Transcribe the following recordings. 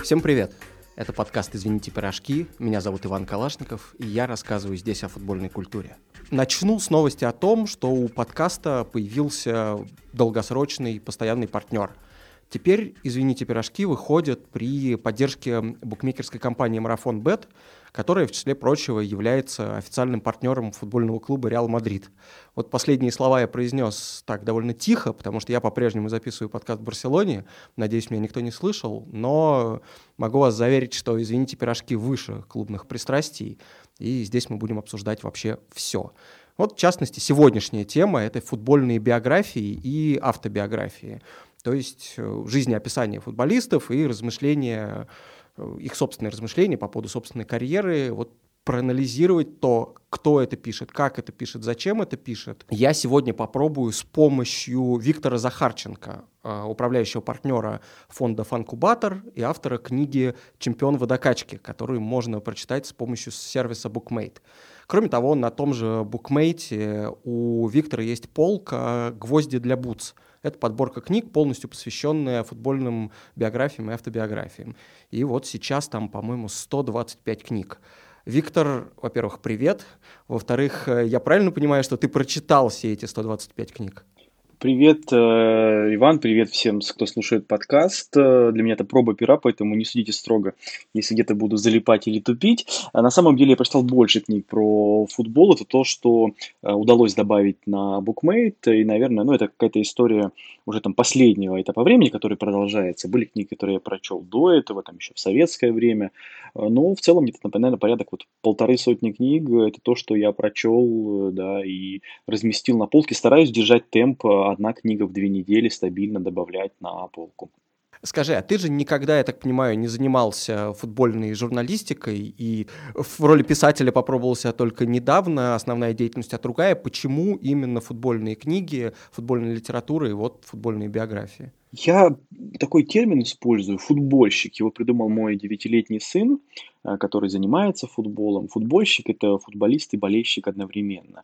Всем привет! Это подкаст «Извините, пирожки». Меня зовут Иван Калашников, и я рассказываю здесь о футбольной культуре. Начну с новости о том, что у подкаста появился долгосрочный постоянный партнер. Теперь «Извините, пирожки» выходят при поддержке букмекерской компании «Марафон Бет», которая, в числе прочего, является официальным партнером футбольного клуба «Реал Мадрид». Вот последние слова я произнес так довольно тихо, потому что я по-прежнему записываю подкаст в Барселоне. Надеюсь, меня никто не слышал, но могу вас заверить, что «Извините, пирожки» выше клубных пристрастий, и здесь мы будем обсуждать вообще все. Вот, в частности, сегодняшняя тема — это футбольные биографии и автобиографии, то есть жизнеописание футболистов и размышления, их собственные размышления по поводу собственной карьеры, вот проанализировать то, кто это пишет, как это пишет, зачем это пишет. Я сегодня попробую с помощью Виктора Захарченко, управляющего партнера фонда «Фанкубатор» и автора книги «Чемпион водокачки», которую можно прочитать с помощью сервиса BookMate. Кроме того, на том же BookMate у Виктора есть полка «Гвозди для бутс». Это подборка книг, полностью посвященная футбольным биографиям и автобиографиям. И вот сейчас там, по-моему, 125 книг. Виктор, во-первых, привет. Во-вторых, я правильно понимаю, что ты прочитал все эти 125 книг? Привет, Иван, привет всем, кто слушает подкаст. Для меня это проба пера, поэтому не судите строго, если где-то буду залипать или тупить. А на самом деле я прочитал больше книг про футбол. Это то, что удалось добавить на BookMate. И, наверное, это какая-то история уже там последнего этапа времени, который продолжается. Были книги, которые я прочел до этого, там еще в советское время. Но в целом где-то, наверное, порядок 150 книг. Это то, что я прочел, да, и разместил на полке. Стараюсь держать темп, одна книга в 2 недели стабильно добавлять на полку. Скажи, а ты же никогда, я так понимаю, не занимался футбольной журналистикой и в роли писателя попробовал себя только недавно, основная деятельность другая. Почему именно футбольные книги, футбольная литература и вот футбольные биографии? Я такой термин использую, футбольщик. Его придумал мой 9-летний сын, который занимается футболом. Футбольщик — это футболист и болельщик одновременно.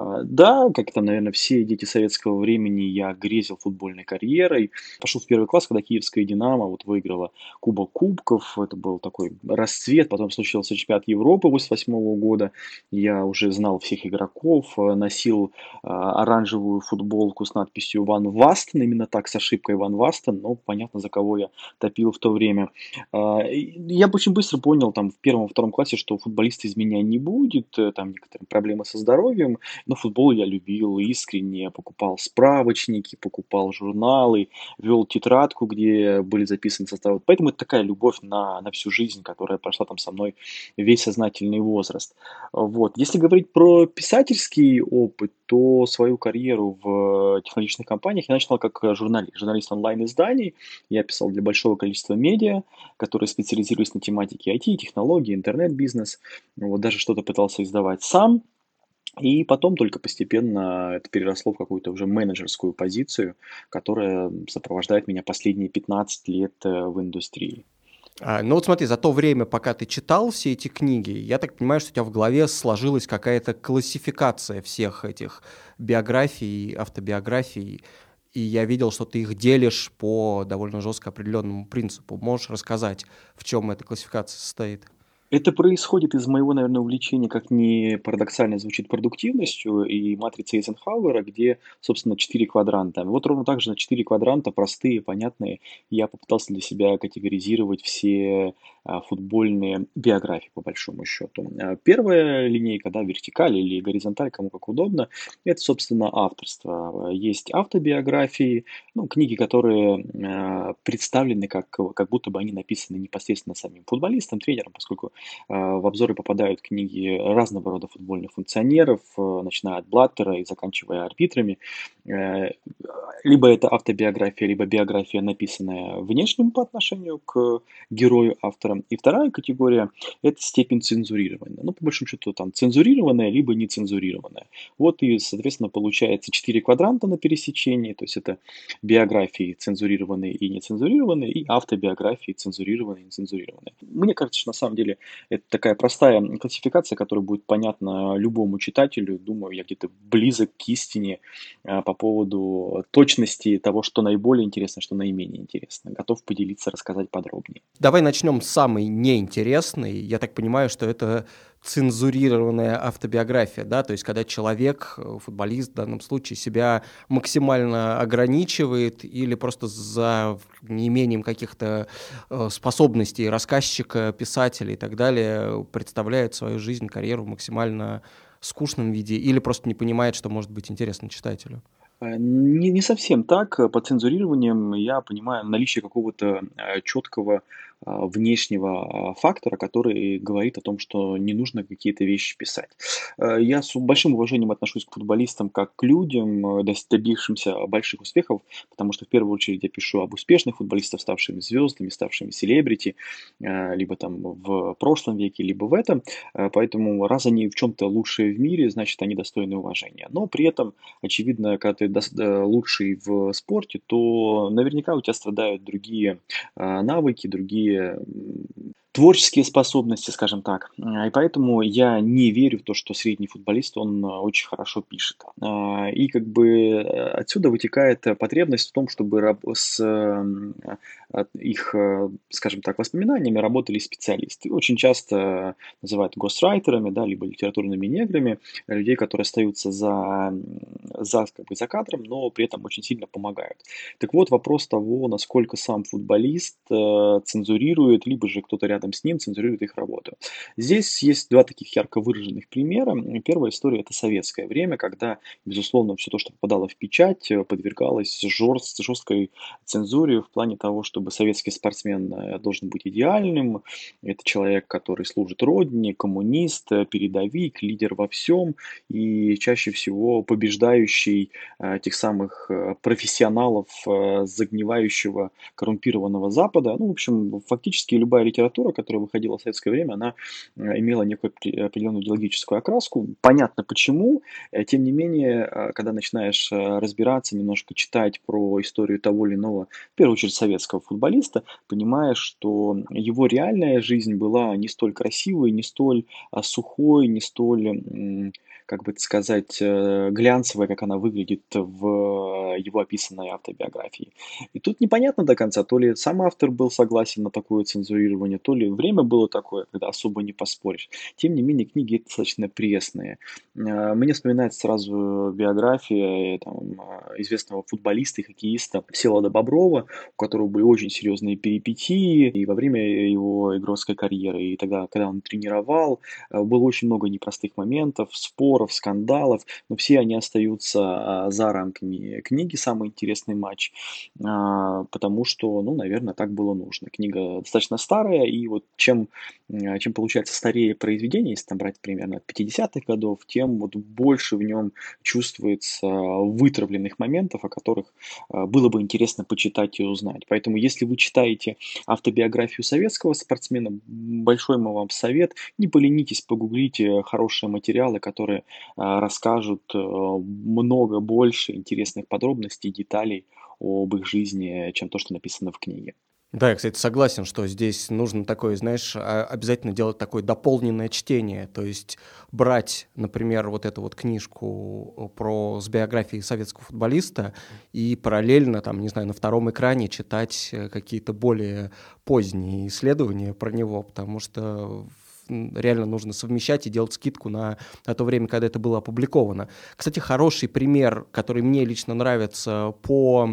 Да, как там, наверное, все дети советского времени, я грезил футбольной карьерой. Пошел в первый класс, когда киевская «Динамо» выиграла Кубок Кубков. Это был такой расцвет. Потом случился чемпионат Европы 88 года. Я уже знал всех игроков, носил оранжевую футболку с надписью «Ван Вастен», именно так, с ошибкой «Ван Вастен», но понятно, за кого я топил в то время. Я очень быстро понял там в первом-втором классе, что футболиста из меня не будет, там некоторые проблемы со здоровьем, но футбол я любил искренне, покупал справочники, покупал журналы, вел тетрадку, где были записаны составы. Поэтому это такая любовь на всю жизнь, которая прошла там со мной весь сознательный возраст. Вот. Если говорить про писательский опыт, то свою карьеру в технологичных компаниях я начинал как журналист онлайн-изданий. Я писал для большого количества медиа, которые специализируются на тематике IT, технологии, интернет-бизнес. Вот, даже что-то пытался издавать сам. И потом только постепенно это переросло в какую-то уже менеджерскую позицию, которая сопровождает меня последние 15 лет в индустрии. Ну вот смотри, за то время, пока ты читал все эти книги, я так понимаю, что у тебя в голове сложилась какая-то классификация всех этих биографий, автобиографий, и я видел, что ты их делишь по довольно жестко определенному принципу. Можешь рассказать, в чем эта классификация состоит? Это происходит из моего, наверное, увлечения, как ни парадоксально звучит, продуктивностью и матрицей Эйзенхауэра, где, собственно, 4 квадранта. Вот ровно так же на 4 квадранта, простые, понятные, я попытался для себя категоризировать все футбольные биографии, по большому счету. Первая линейка, да, вертикаль или горизонталь, кому как удобно, это, собственно, авторство. Есть автобиографии, книги, которые представлены как будто бы они написаны непосредственно самим футболистом, тренером, поскольку в обзоры попадают книги разного рода футбольных функционеров, начиная от Блаттера и заканчивая арбитрами. Э, Либо это автобиография, либо биография, написанная внешним по отношению к герою автора. И вторая категория — это степень цензурирования. По большому счету, там цензурированная, либо нецензурированная. Вот и, соответственно, получается 4 квадранта на пересечении, то есть это биографии цензурированные и нецензурированные, и автобиографии цензурированные и нецензурированные. Мне кажется, что на самом деле Это такая простая классификация, которая будет понятна любому читателю. Думаю, я где-то близок к истине по поводу точности того, что наиболее интересно, что наименее интересно. Готов поделиться, рассказать подробнее. Давай начнем с самой неинтересной. Я так понимаю, что это цензурированная автобиография, да, то есть когда человек, футболист в данном случае, себя максимально ограничивает или просто за неимением каких-то способностей рассказчика, писателя и так далее представляет свою жизнь, карьеру в максимально скучном виде или просто не понимает, что может быть интересно читателю. Не совсем так. Под цензурированием я понимаю наличие какого-то четкого внешнего фактора, который говорит о том, что не нужно какие-то вещи писать. Я с большим уважением отношусь к футболистам как к людям, добившимся больших успехов, потому что в первую очередь я пишу об успешных футболистах, ставшими звездами, ставшими селебрити, либо там в прошлом веке, либо в этом. Поэтому раз они в чем-то лучшие в мире, значит они достойны уважения. Но при этом очевидно, когда ты лучший в спорте, то наверняка у тебя страдают другие навыки, другие творческие способности, скажем так. И поэтому я не верю в то, что средний футболист, он очень хорошо пишет. И как бы отсюда вытекает потребность в том, чтобы с их, скажем так, воспоминаниями работали специалисты. Очень часто называют гострайтерами, да, либо литературными неграми, людей, которые остаются как бы за кадром, но при этом очень сильно помогают. Так вот, вопрос того, насколько сам футболист цензурирует, либо же кто-то рядом с ним цензурирует их работу. Здесь есть два таких ярко выраженных примера. Первая история – это советское время, когда, безусловно, все то, что попадало в печать, подвергалось жесткой цензуре в плане того, чтобы советский спортсмен должен быть идеальным. Это человек, который служит родине, коммунист, передовик, лидер во всем и чаще всего побеждающий тех самых профессионалов загнивающего коррумпированного Запада. Ну, в общем, фактически любая литература, которая выходила в советское время, она имела некую определенную идеологическую окраску. Понятно почему. Тем не менее, когда начинаешь разбираться, немножко читать про историю того или иного, в первую очередь, советского футболиста, понимаешь, что его реальная жизнь была не столь красивой, не столь сухой, не столь, как бы сказать, глянцевая, как она выглядит в его описанной автобиографии. И тут непонятно до конца, то ли сам автор был согласен на такое цензурирование, то ли время было такое, когда особо не поспоришь. Тем не менее, книги достаточно пресные. Мне вспоминается сразу биография известного футболиста и хоккеиста Всеволода Боброва, у которого были очень серьезные перипетии и во время его игрокской карьеры, и тогда, когда он тренировал, было очень много непростых моментов, споров, скандалов, но все они остаются за рамками книги «Самый интересный матч», потому что, ну, наверное, так было нужно. Книга достаточно старая, и вот чем получается старее произведение, если там брать примерно от 50-х годов, тем вот больше в нем чувствуется вытравленных моментов, о которых было бы интересно почитать и узнать. Поэтому, если вы читаете автобиографию советского спортсмена, большой мой вам совет, не поленитесь, погуглите хорошие материалы, которые расскажут много больше интересных подробностей, деталей об их жизни, чем то, что написано в книге. Да, я, кстати, согласен, что здесь нужно такое, знаешь, обязательно делать такое дополненное чтение, то есть брать, например, вот эту вот книжку с биографией советского футболиста и параллельно, там, не знаю, на втором экране читать какие-то более поздние исследования про него, потому что реально нужно совмещать и делать скидку на то время, когда это было опубликовано. Кстати, хороший пример, который мне лично нравится по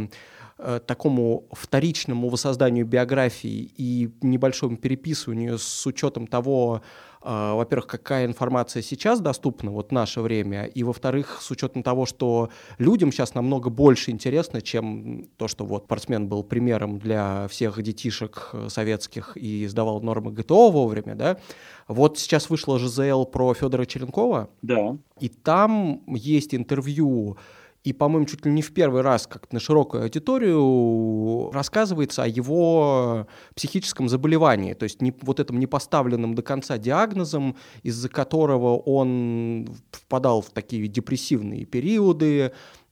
такому вторичному воссозданию биографии и небольшому переписыванию с учетом того, во-первых, какая информация сейчас доступна, вот в наше время, и, во-вторых, с учетом того, что людям сейчас намного больше интересно, чем то, что вот спортсмен был примером для всех детишек советских и сдавал нормы ГТО вовремя, да. Вот сейчас вышла ЖЗЛ про Федора Черенкова, Да. и там есть интервью. И, по-моему, чуть ли не в первый раз, как на широкую аудиторию, рассказывается о его психическом заболевании, то есть вот этом непоставленном до конца диагнозом, из-за которого он впадал в такие депрессивные периоды,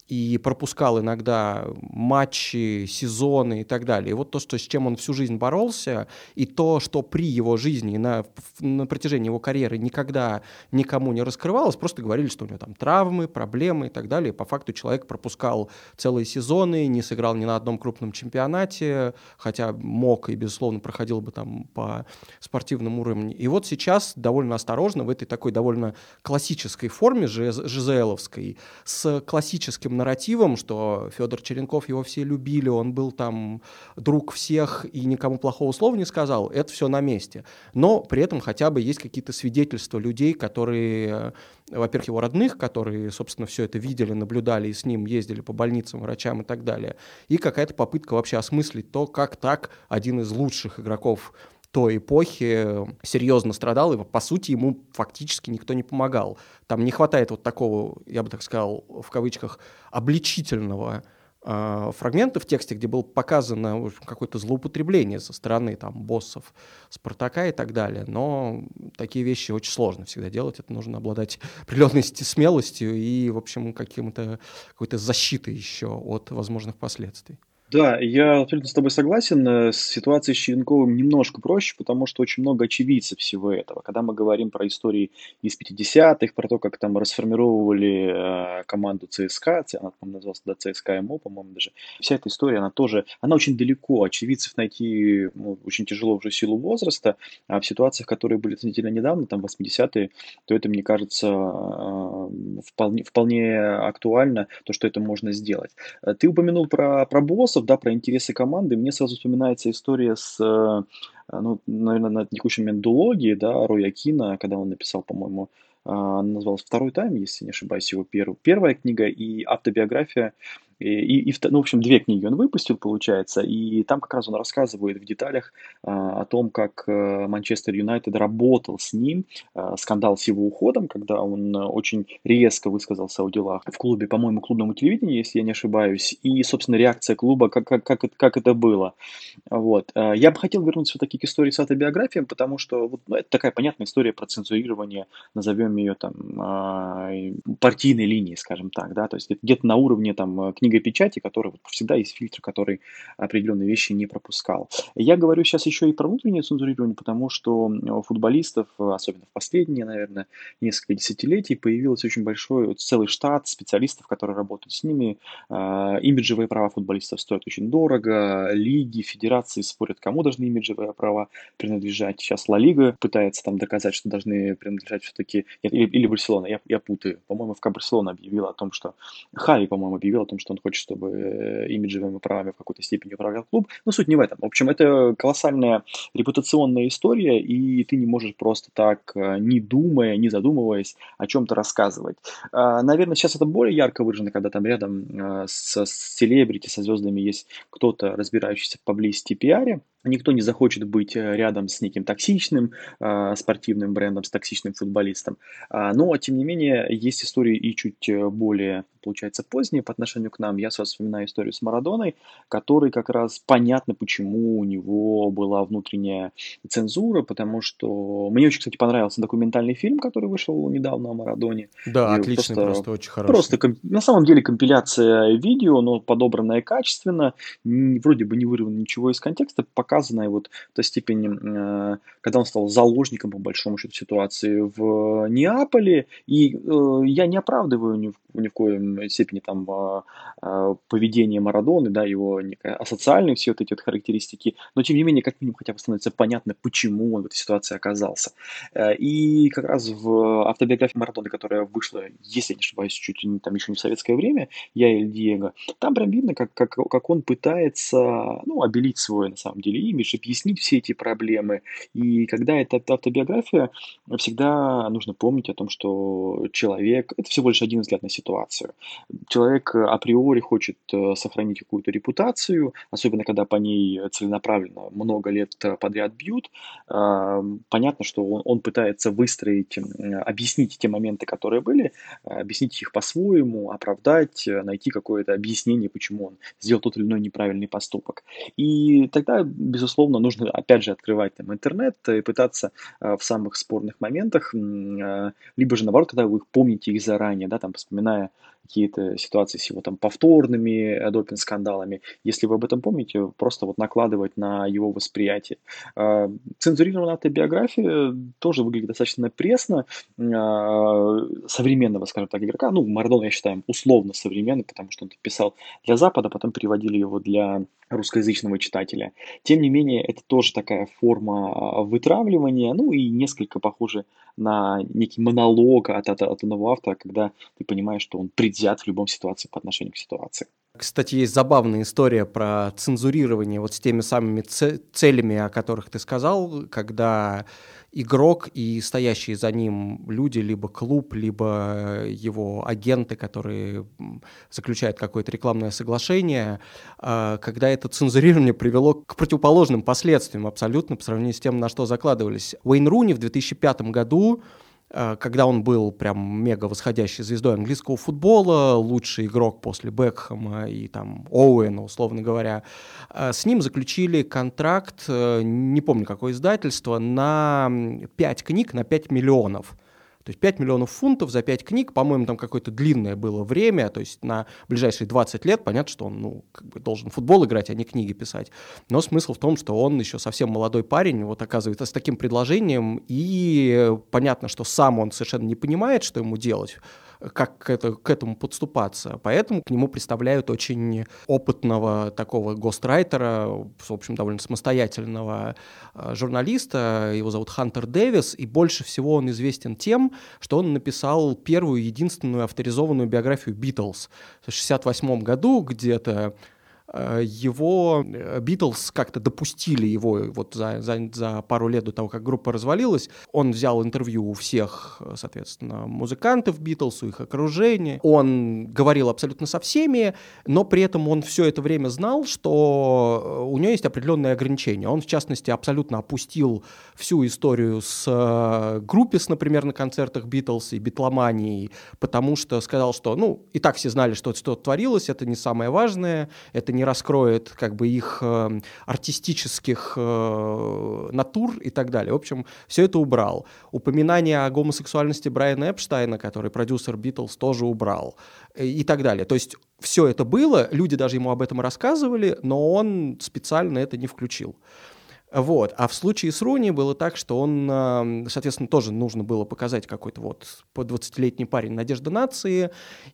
и пропускал иногда матчи, сезоны и так далее. И вот то, с чем он всю жизнь боролся, и то, что при его жизни на протяжении его карьеры никогда никому не раскрывалось, просто говорили, что у него там травмы, проблемы и так далее. По факту человек пропускал целые сезоны, не сыграл ни на одном крупном чемпионате, хотя мог и, безусловно, проходил бы там по спортивному уровню. И вот сейчас довольно осторожно в этой такой довольно классической форме, ЖЗЛовской, с классическим нарративом, что Федор Черенков, его все любили, он был там друг всех и никому плохого слова не сказал, это все на месте. Но при этом хотя бы есть какие-то свидетельства людей, которые, во-первых, его родных, которые, собственно, все это видели, наблюдали и с ним ездили по больницам, врачам и так далее. И какая-то попытка вообще осмыслить то, как так один из лучших игроков той эпохи серьезно страдал, и, по сути, ему фактически никто не помогал. Там не хватает вот такого, я бы так сказал, в кавычках, обличительного фрагмента в тексте, где было показано, в общем, какое-то злоупотребление со стороны там, боссов Спартака и так далее. Но такие вещи очень сложно всегда делать. Это нужно обладать определенной смелостью и, в общем, какой-то защитой еще от возможных последствий. Да, я абсолютно с тобой согласен. С ситуацией с Черенковым немножко проще, потому что очень много очевидцев всего этого. Когда мы говорим про истории из 50-х, про то, как там расформировали команду ЦСКА, она, по-моему, называлась тогда ЦСКА МО, по-моему, даже. Вся эта история, она очень далеко. Очевидцев найти очень тяжело уже в силу возраста, а в ситуациях, которые были относительно недавно, там 80-е, то это, мне кажется, вполне актуально, то, что это можно сделать. Ты упомянул про боссов, да, про интересы команды. Мне сразу вспоминается история с, ну, наверное, на текущий момент дулогии, да, Роя Кина, когда он написал, по-моему, называлась «Второй тайм», если не ошибаюсь, его первая книга и автобиография. Ну, в общем, две книги он выпустил, получается, и там как раз он рассказывает в деталях о том, как Манчестер Юнайтед работал с ним, скандал с его уходом, когда он очень резко высказался о делах в клубе, по-моему, клубному телевидению, если я не ошибаюсь, и, собственно, реакция клуба, как это было. Вот. Я бы хотел вернуться все-таки к истории с автобиографией, потому что вот, ну, это такая понятная история про цензурирование, назовем ее там партийной линии, скажем так, да, то есть где-то на уровне там книгопечати, который вот всегда есть фильтр, который определенные вещи не пропускал. Я говорю сейчас еще и про внутреннее цензурирование, потому что у футболистов, особенно в последние, наверное, несколько десятилетий, появился очень большой целый штат специалистов, которые работают с ними. Имиджевые права футболистов стоят очень дорого, лиги, федерации спорят, кому должны имиджевые права принадлежать. Сейчас Ла Лига пытается там доказать, что должны принадлежать все-таки, или Барселона, я путаю. По-моему, ФК Барселона объявила о том, что Хави, по-моему, объявил о том, что он хочет, чтобы имиджевыми правами в какой-то степени управлял клуб. Но суть не в этом. В общем, это колоссальная репутационная история, и ты не можешь просто так, не думая, не задумываясь, о чем-то рассказывать. Наверное, сейчас это более ярко выражено, когда там рядом с селебрити, со звездами есть кто-то, разбирающийся поблизости пиаре. Никто не захочет быть рядом с неким токсичным спортивным брендом, с токсичным футболистом. Но, тем не менее, есть истории и чуть более, получается, поздние по отношению к нам. Я сразу вспоминаю историю с Марадоной, который как раз понятно, почему у него была внутренняя цензура, потому что мне очень, кстати, понравился документальный фильм, который вышел недавно о Марадоне. Да, Где отличный, просто очень просто хороший. на самом деле компиляция видео, но подобранное качественно, вроде бы не вырвано ничего из контекста, показанная вот та степень, когда он стал заложником, по большому счету, ситуации в Неаполе. И я не оправдываю ни в коем степени там поведение Марадоны, да, его асоциальные все вот эти вот характеристики, но тем не менее, как минимум, хотя бы становится понятно, почему он в этой ситуации оказался. И как раз в автобиографии Марадоны, которая вышла, если я не ошибаюсь, чуть ли не там еще не в советское время, «Я Эль Диего», там прям видно, как он пытается, ну, обелить свой, на самом деле, имидж, объяснить все эти проблемы. И когда это автобиография, всегда нужно помнить о том, что человек — это всего лишь один взгляд на ситуацию. Человек априори хочет сохранить какую-то репутацию, особенно когда по ней целенаправленно много лет подряд бьют. Понятно, что он пытается выстроить, объяснить те моменты, которые были, объяснить их по-своему, оправдать, найти какое-то объяснение, почему он сделал тот или иной неправильный поступок. И тогда, безусловно, нужно, опять же, открывать там интернет и пытаться в самых спорных моментах, либо же, наоборот, когда вы помните их заранее, да, там, вспоминая какие-то ситуации с его там повторными допинг-скандалами. Если вы об этом помните, просто вот накладывать на его восприятие. Цензурированная автобиография тоже выглядит достаточно пресно, современного, скажем так, игрока. Ну, Марадона, я считаю, условно современный, потому что он писал для Запада, потом переводили его для русскоязычного читателя. Тем не менее, это тоже такая форма вытравливания, ну и несколько похоже на некий монолог от одного автора, когда ты понимаешь, что он предвзят в любом ситуации по отношению к ситуации. Кстати, есть забавная история про цензурирование вот с теми самыми целями, о которых ты сказал, когда игрок и стоящие за ним люди, либо клуб, либо его агенты, которые заключают какое-то рекламное соглашение, когда это цензурирование привело к противоположным последствиям абсолютно по сравнению с тем, на что закладывались. Уэйн Руни в 2005 году, когда он был прям мега восходящей звездой английского футбола, лучший игрок после Бекхэма и там Оуэна, условно говоря, с ним заключили контракт, не помню какое издательство, на 5 книг на 5 миллионов. То есть 5 миллионов фунтов за 5 книг, по-моему, там какое-то длинное было время, то есть на ближайшие 20 лет, понятно, что он должен футбол играть, а не книги писать. Но смысл в том, что он еще совсем молодой парень, вот оказывается с таким предложением, и понятно, что сам он совершенно не понимает, что ему делать, как к этому подступаться. Поэтому к нему представляют очень опытного такого гострайтера, в общем, довольно самостоятельного журналиста. Его зовут Хантер Дэвис, и больше всего он известен тем, что он написал первую единственную авторизованную биографию Битлз в 1968 году где-то. Его Битлз как-то допустили его вот за пару лет до того, как группа развалилась. Он взял интервью у всех, соответственно, музыкантов Битлз, у их окружения. Он говорил абсолютно со всеми, но при этом он все это время знал, что у него есть определенные ограничения. Он, в частности, абсолютно опустил всю историю с группис, например, на концертах Битлз и битломанией, потому что сказал, что, и так все знали, что творилось, это не самое важное, это не раскроет как бы их артистических натур и так далее. В общем, все это убрал. Упоминание о гомосексуальности Брайана Эпштейна, который продюсер Битлз, тоже убрал. И так далее. То есть все это было, люди даже ему об этом рассказывали, но он специально это не включил. Вот. А в случае с Руни было так, что он, соответственно, тоже нужно было показать какой-то по 20-летний парень надежда нации,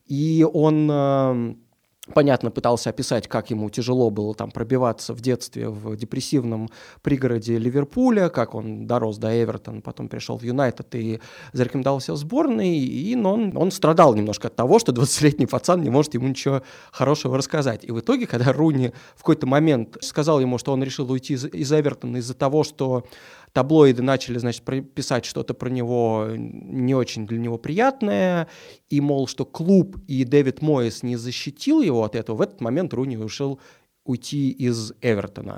и он... Понятно, пытался описать, как ему тяжело было там пробиваться в детстве в депрессивном пригороде Ливерпуля, как он дорос до Эвертона, потом перешел в Юнайтед и зарекомендовался в сборной, но он страдал немножко от того, что 20-летний пацан не может ему ничего хорошего рассказать. И в итоге, когда Руни в какой-то момент сказал ему, что он решил уйти из Эвертона из-за того, что таблоиды начали, значит, писать что-то про него не очень для него приятное, и, мол, что клуб и Дэвид Моэс не защитил его от этого, в этот момент Руни решил уйти из Эвертона.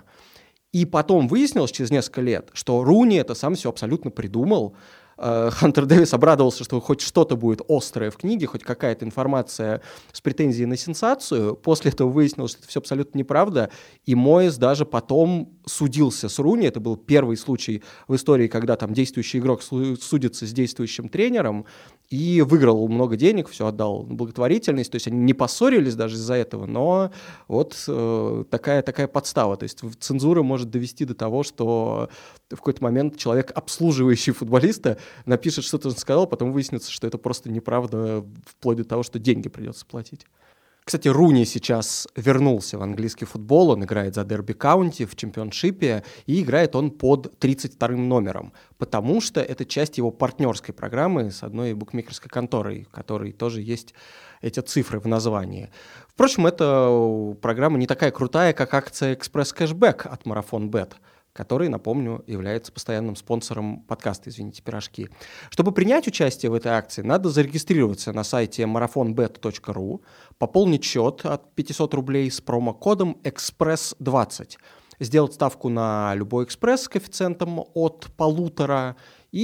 И потом выяснилось через несколько лет, что Руни это сам все абсолютно придумал. Хантер Дэвис обрадовался, что хоть что-то будет острое в книге, хоть какая-то информация с претензией на сенсацию. После этого выяснилось, что это все абсолютно неправда, и Моэс даже потом судился с Руни. Это был первый случай в истории, когда там действующий игрок судится с действующим тренером, и выиграл много денег, все отдал на благотворительность, то есть они не поссорились даже из-за этого, но вот такая подстава, то есть цензура может довести до того, что в какой-то момент человек, обслуживающий футболиста, напишет, что-то он сказал, потом выяснится, что это просто неправда, вплоть до того, что деньги придется платить. Кстати, Руни сейчас вернулся в английский футбол, он играет за Дерби Каунти в чемпионшипе, и играет он под 32-м номером, потому что это часть его партнерской программы с одной букмекерской конторой, в которой тоже есть эти цифры в названии. Впрочем, эта программа не такая крутая, как акция «Экспресс Кэшбэк» от Марафон Бет, который, напомню, является постоянным спонсором подкаста «Извините, пирожки». Чтобы принять участие в этой акции, надо зарегистрироваться на сайте marathonbet.ru, пополнить счет от 500 рублей с промокодом «Экспресс20», сделать ставку на любой экспресс с коэффициентом от 1,5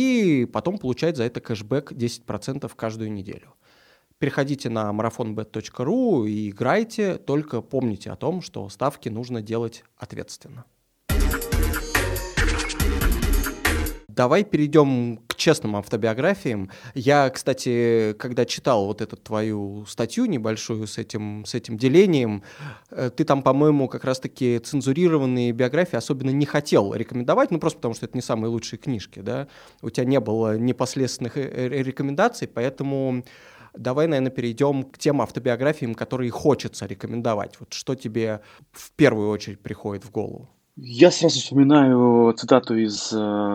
и потом получать за это кэшбэк 10% каждую неделю. Переходите на marathonbet.ru и играйте, только помните о том, что ставки нужно делать ответственно. Давай перейдем к честным автобиографиям. Я, кстати, когда читал вот эту твою статью небольшую с этим делением, ты там, по-моему, как раз-таки цензурированные биографии особенно не хотел рекомендовать, ну просто потому что это не самые лучшие книжки, да, у тебя не было непоследственных рекомендаций, поэтому давай, наверное, перейдем к тем автобиографиям, которые хочется рекомендовать. Вот что тебе в первую очередь приходит в голову? Я сразу вспоминаю цитату из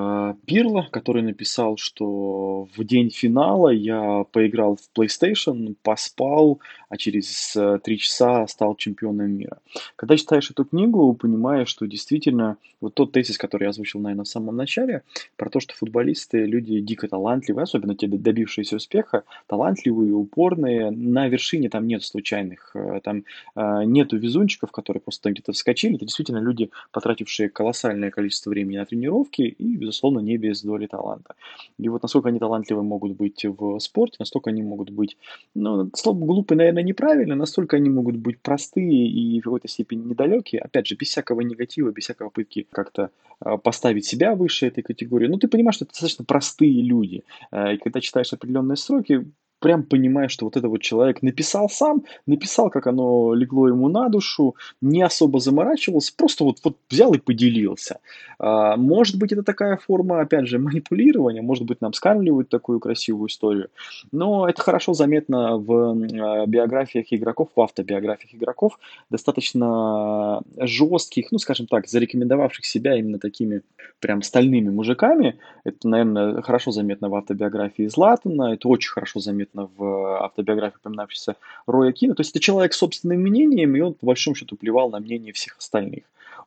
Пирла, который написал, что в день финала я поиграл в PlayStation, поспал, а через 3 часа стал чемпионом мира. Когда читаешь эту книгу, понимаешь, что действительно вот тот тезис, который я озвучил, наверное, в самом начале, про то, что футболисты, люди дико талантливые, особенно те, добившиеся успеха, талантливые, упорные, на вершине там нет случайных, там нету везунчиков, которые просто где-то вскочили, это действительно люди, потратившие колоссальное количество времени на тренировки и, безусловно, не без доли таланта. И вот насколько они талантливы могут быть в спорте, настолько они могут быть, ну, слово глупые, наверное, неправильно, настолько они могут быть простые и в какой-то степени недалекие, опять же, без всякого негатива, без всякой попытки как-то поставить себя выше этой категории. Ну, ты понимаешь, что это достаточно простые люди. И когда читаешь определенные строки, прям понимаешь, что вот этот вот человек написал сам, написал, как оно легло ему на душу, не особо заморачивался, просто вот взял и поделился. Может быть, это такая форма, опять же, манипулирования, может быть, нам скармливают такую красивую историю, но это хорошо заметно в биографиях игроков, в автобиографиях игроков, достаточно жестких, ну, скажем так, зарекомендовавших себя именно такими прям стальными мужиками. Это, наверное, хорошо заметно в автобиографии Златана, это очень хорошо заметно в автобиографии упоминавшейся Роя Кина. То есть это человек с собственным мнением, и он по большому счету плевал на мнение всех остальных.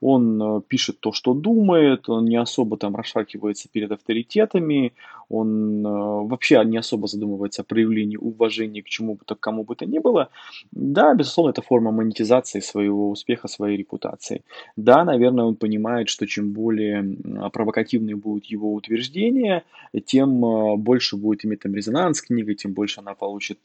Он пишет то, что думает, он не особо там расшаркивается перед авторитетами, он вообще не особо задумывается о проявлении уважения к чему бы то, к кому бы то ни было. Да, безусловно, это форма монетизации своего успеха, своей репутации. Да, наверное, он понимает, что чем более провокативные будут его утверждения, тем больше будет иметь там резонанс книга, тем больше она получит,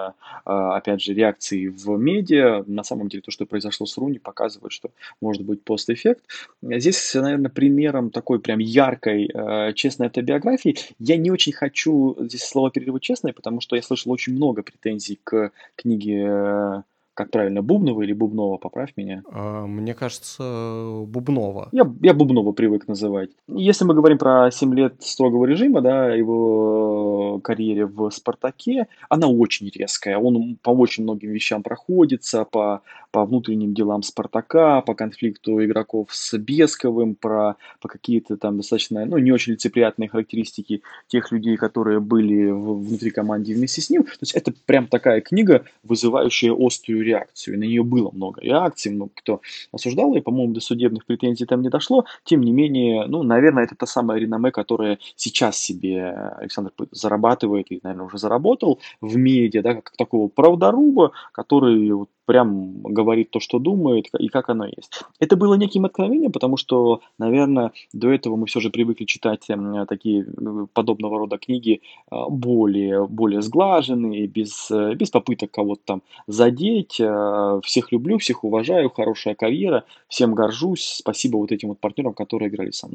опять же, реакции в медиа. На самом деле, то, что произошло с Руни, показывает, что может быть постэффект. Здесь, наверное, примером такой прям яркой, честной автобиографии. Я не очень хочу здесь слово переводить честное, потому что я слышал очень много претензий к книге, как правильно, Бубнова или Бубнова, поправь меня. Мне кажется, Бубнова. Я Бубнова привык называть. Если мы говорим про 7 лет строгого режима, да, его карьере в «Спартаке», она очень резкая. Он по очень многим вещам проходится, по внутренним делам «Спартака», по конфликту игроков с Бесковым, по какие-то там достаточно, ну, не очень лицеприятные характеристики тех людей, которые были внутри команды вместе с ним. То есть это прям такая книга, вызывающая острую реакцию. И на нее было много реакций, много кто осуждал, и, по-моему, до судебных претензий там не дошло. Тем не менее, ну, наверное, это та самая реноме, которая сейчас себе Александр зарабатывает и, наверное, уже заработал в медиа, да, как такого правдоруба, который вот прям говорит то, что думает, и как оно есть. Это было неким откровением, потому что, наверное, до этого мы все же привыкли читать такие подобного рода книги более сглаженные, без попыток кого-то там задеть. Всех люблю, всех уважаю, хорошая карьера, всем горжусь, спасибо вот этим вот партнерам, которые играли со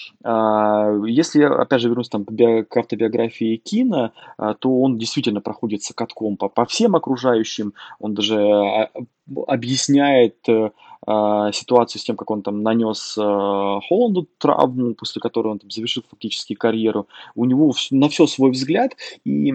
мной. Если, опять же, вернусь там к автобиографии Кина, то он действительно проходится катком по всем окружающим, он даже объясняет ситуацию с тем, как он там нанес Холланду травму, после которой он там завершил фактически карьеру. У него на все свой взгляд, и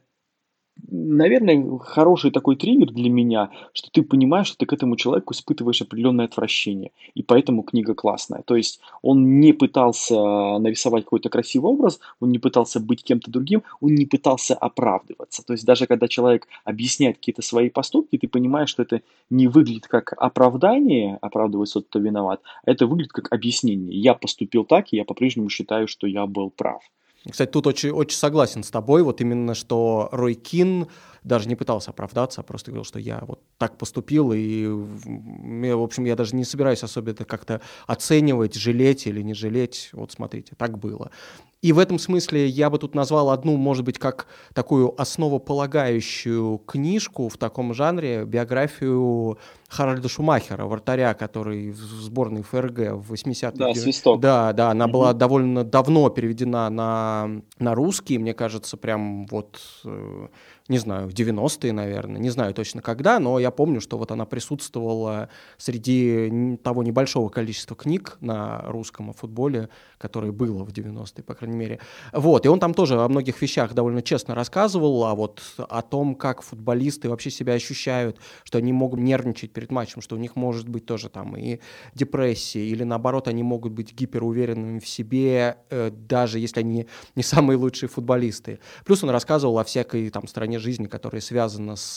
наверное, хороший такой триггер для меня, что ты понимаешь, что ты к этому человеку испытываешь определенное отвращение, и поэтому книга классная. То есть он не пытался нарисовать какой-то красивый образ, он не пытался быть кем-то другим, он не пытался оправдываться. То есть даже когда человек объясняет какие-то свои поступки, ты понимаешь, что это не выглядит как оправдание, оправдывается тот, кто виноват, а это выглядит как объяснение. Я поступил так, и я по-прежнему считаю, что я был прав. Кстати, тут очень, очень согласен с тобой, вот именно, что Рой Кин даже не пытался оправдаться, а просто говорил, что я вот так поступил, и, в общем, я даже не собираюсь особо это как-то оценивать, жалеть или не жалеть. Вот смотрите, так было. И в этом смысле я бы тут назвал одну, может быть, как такую основополагающую книжку в таком жанре, биографию Харальда Шумахера, вратаря, который в сборной ФРГ в 80-х. Да, «Свисток». Да, она была довольно давно переведена на русский, мне кажется, прям вот, не знаю, в 90-е, наверное, не знаю точно когда, но я помню, что вот она присутствовала среди того небольшого количества книг на русском о футболе, которое было в 90-е, по крайней мере. Вот, и он там тоже о многих вещах довольно честно рассказывал, а вот о том, как футболисты вообще себя ощущают, что они могут нервничать перед матчем, что у них может быть тоже там и депрессия, или наоборот, они могут быть гиперуверенными в себе, даже если они не самые лучшие футболисты. Плюс он рассказывал о всякой там стороне жизни, которая связана с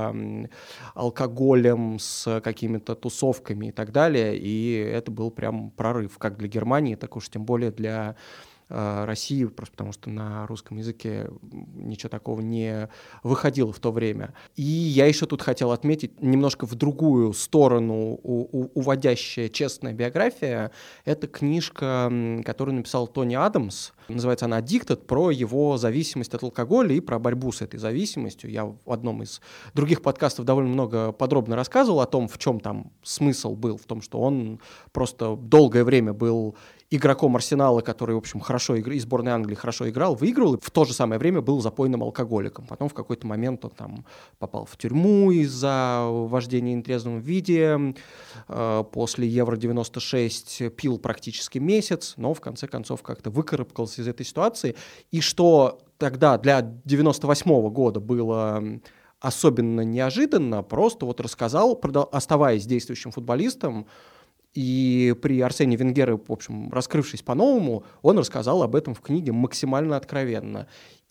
алкоголем, с какими-то тусовками и так далее, и это был прям прорыв как для Германии, так уж тем более для России, просто потому что на русском языке ничего такого не выходило в то время. И я еще тут хотел отметить немножко в другую сторону уводящая честная биография. Это книжка, которую написал Тони Адамс. Называется она «Addicted», про его зависимость от алкоголя и про борьбу с этой зависимостью. Я в одном из других подкастов довольно много подробно рассказывал о том, в чем там смысл был, в том, что он просто долгое время был игроком Арсенала, который, в общем, хорошо из сборной Англии хорошо играл, выигрывал, и в то же самое время был запойным алкоголиком. Потом в какой-то момент он там попал в тюрьму из-за вождения в нетрезвом виде. После Евро-96 пил практически месяц, но в конце концов как-то выкарабкался из этой ситуации. И что тогда для 98 года было особенно неожиданно, просто вот рассказал, оставаясь действующим футболистом, и при Арсене Венгере, в общем, раскрывшись по-новому, он рассказал об этом в книге максимально откровенно.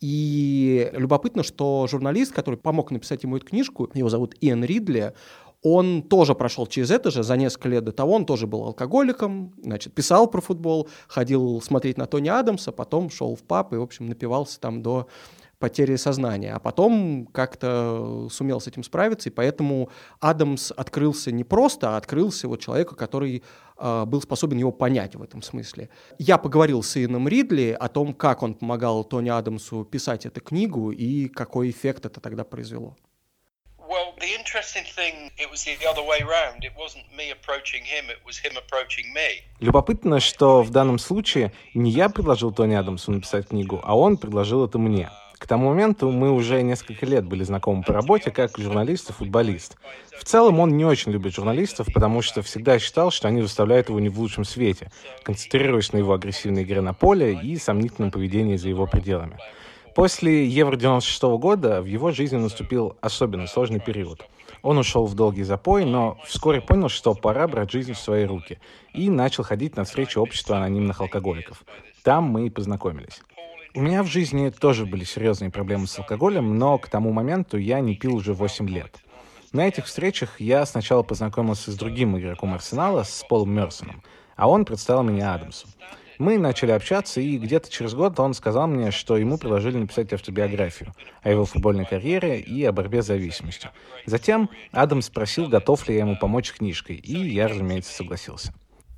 И любопытно, что журналист, который помог написать ему эту книжку, его зовут Иэн Ридли, он тоже прошел через это же за несколько лет до того, он тоже был алкоголиком, значит, писал про футбол, ходил смотреть на Тони Адамса, потом шел в паб и, в общем, напивался там до потери сознания, а потом как-то сумел с этим справиться, и поэтому Адамс открылся не просто, а открылся вот человеку, который был способен его понять в этом смысле. Я поговорил с Иэном Ридли о том, как он помогал Тони Адамсу писать эту книгу и какой эффект это тогда произвело. Well, the interesting thing, it was the other way round. It wasn't me approaching him, it was him approaching me. Любопытно, что в данном случае не я предложил Тони Адамсу написать книгу, а он предложил это мне. К тому моменту мы уже несколько лет были знакомы по работе как журналист и футболист. В целом он не очень любит журналистов, потому что всегда считал, что они выставляют его не в лучшем свете, концентрируясь на его агрессивной игре на поле и сомнительном поведении за его пределами. После Евро-96 года в его жизни наступил особенно сложный период. Он ушел в долгий запой, но вскоре понял, что пора брать жизнь в свои руки, и начал ходить на встречи общества анонимных алкоголиков. Там мы и познакомились. У меня в жизни тоже были серьезные проблемы с алкоголем, но к тому моменту я не пил уже 8 лет. На этих встречах я сначала познакомился с другим игроком Арсенала, с Полом Мерсоном, а он представил меня Адамсу. Мы начали общаться, и где-то через год он сказал мне, что ему предложили написать автобиографию о его футбольной карьере и о борьбе с зависимостью. Затем Адамс спросил, готов ли я ему помочь книжкой, и я, разумеется, согласился.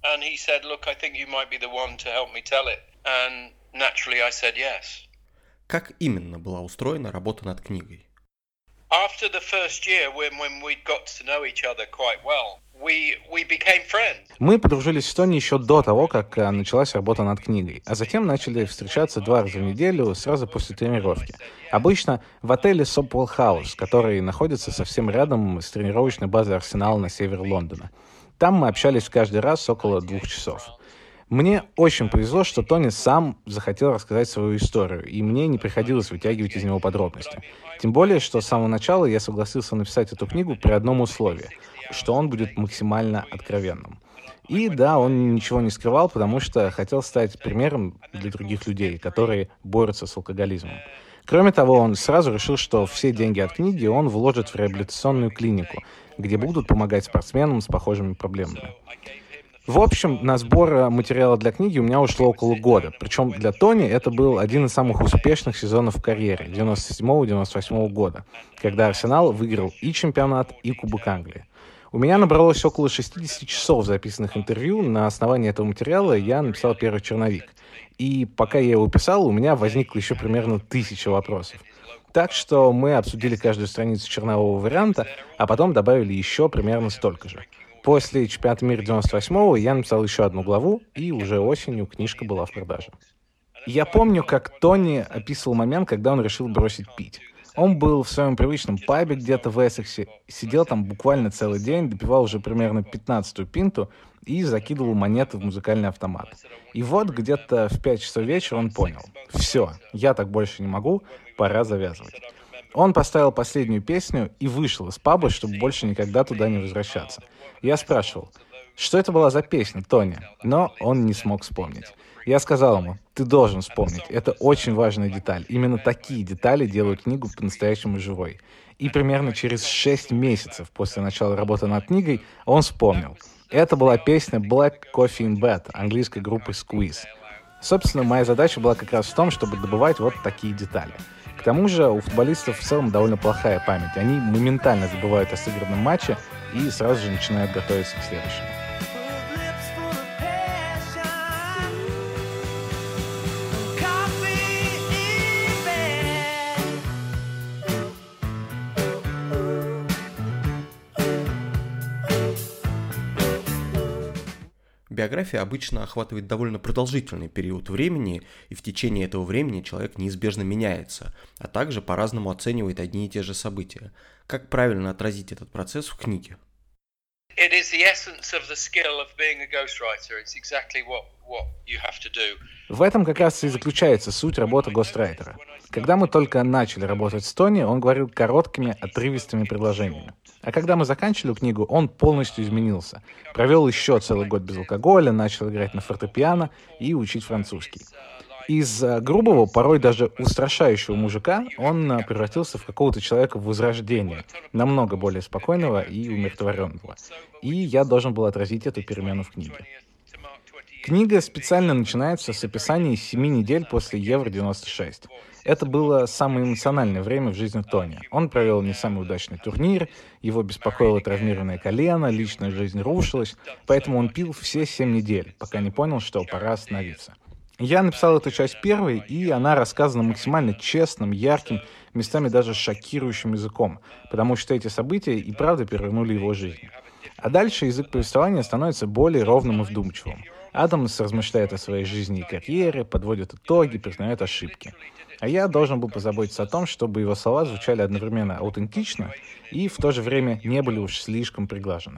Naturally, I said yes. Как именно была устроена работа над книгой? After the first year, when we'd got to know each other quite well, we became friends. Мы подружились с Тони еще до того, как началась работа над книгой, а затем начали встречаться 2 раза в неделю, сразу после тренировки. Обычно в отеле Sopwell House, который находится совсем рядом с тренировочной базой Арсенала на севере Лондона. Там мы общались каждый раз около 2 часов. Мне очень повезло, что Тони сам захотел рассказать свою историю, и мне не приходилось вытягивать из него подробности. Тем более, что с самого начала я согласился написать эту книгу при одном условии, что он будет максимально откровенным. И да, он ничего не скрывал, потому что хотел стать примером для других людей, которые борются с алкоголизмом. Кроме того, он сразу решил, что все деньги от книги он вложит в реабилитационную клинику, где будут помогать спортсменам с похожими проблемами. В общем, на сбор материала для книги у меня ушло около года. Причем для Тони это был один из самых успешных сезонов в карьере 97-98 года, когда Арсенал выиграл и чемпионат, и Кубок Англии. У меня набралось около 60 часов записанных интервью. На основании этого материала я написал первый черновик. И пока я его писал, у меня возникло еще примерно 1000 вопросов. Так что мы обсудили каждую страницу чернового варианта, а потом добавили еще примерно столько же. После чемпионата мира 98-го я написал еще одну главу, и уже осенью книжка была в продаже. Я помню, как Тони описывал момент, когда он решил бросить пить. Он был в своем привычном пабе где-то в Эссексе, сидел там буквально целый день, допивал уже примерно 15-ю пинту и закидывал монеты в музыкальный автомат. И вот где-то в 5 часов вечера он понял: все, я так больше не могу, пора завязывать. Он поставил последнюю песню и вышел из паба, чтобы больше никогда туда не возвращаться. Я спрашивал, что это была за песня, Тони, но он не смог вспомнить. Я сказал ему: ты должен вспомнить, это очень важная деталь. Именно такие детали делают книгу по-настоящему живой. И примерно через 6 месяцев после начала работы над книгой он вспомнил. Это была песня Black Coffee in Bed английской группы Squeeze. Собственно, моя задача была как раз в том, чтобы добывать вот такие детали. К тому же у футболистов в целом довольно плохая память. Они моментально забывают о сыгранном матче и сразу же начинают готовиться к следующему. Биография обычно охватывает довольно продолжительный период времени, и в течение этого времени человек неизбежно меняется, а также по-разному оценивает одни и те же события. Как правильно отразить этот процесс в книге? В этом как раз и заключается суть работы гострайтера. Когда мы только начали работать с Тони, он говорил короткими, отрывистыми предложениями. А когда мы заканчивали книгу, он полностью изменился. Провел еще целый год без алкоголя, начал играть на фортепиано и учить французский. Из грубого, порой даже устрашающего мужика он превратился в какого-то человека в возрождение, намного более спокойного и умиротворенного. И я должен был отразить эту перемену в книге. Книга специально начинается с описания 7 недель после Евро-96. Это было самое эмоциональное время в жизни Тони. Он провел не самый удачный турнир, его беспокоило травмированное колено, личная жизнь рушилась, поэтому он пил все 7 недель, пока не понял, что пора остановиться. Я написал эту часть первой, и она рассказана максимально честным, ярким, местами даже шокирующим языком, потому что эти события и правда перевернули его жизнь. А дальше язык повествования становится более ровным и вдумчивым. Адамс размышляет о своей жизни и карьере, подводит итоги, признает ошибки. А я должен был позаботиться о том, чтобы его слова звучали одновременно аутентично и в то же время не были уж слишком приглажены.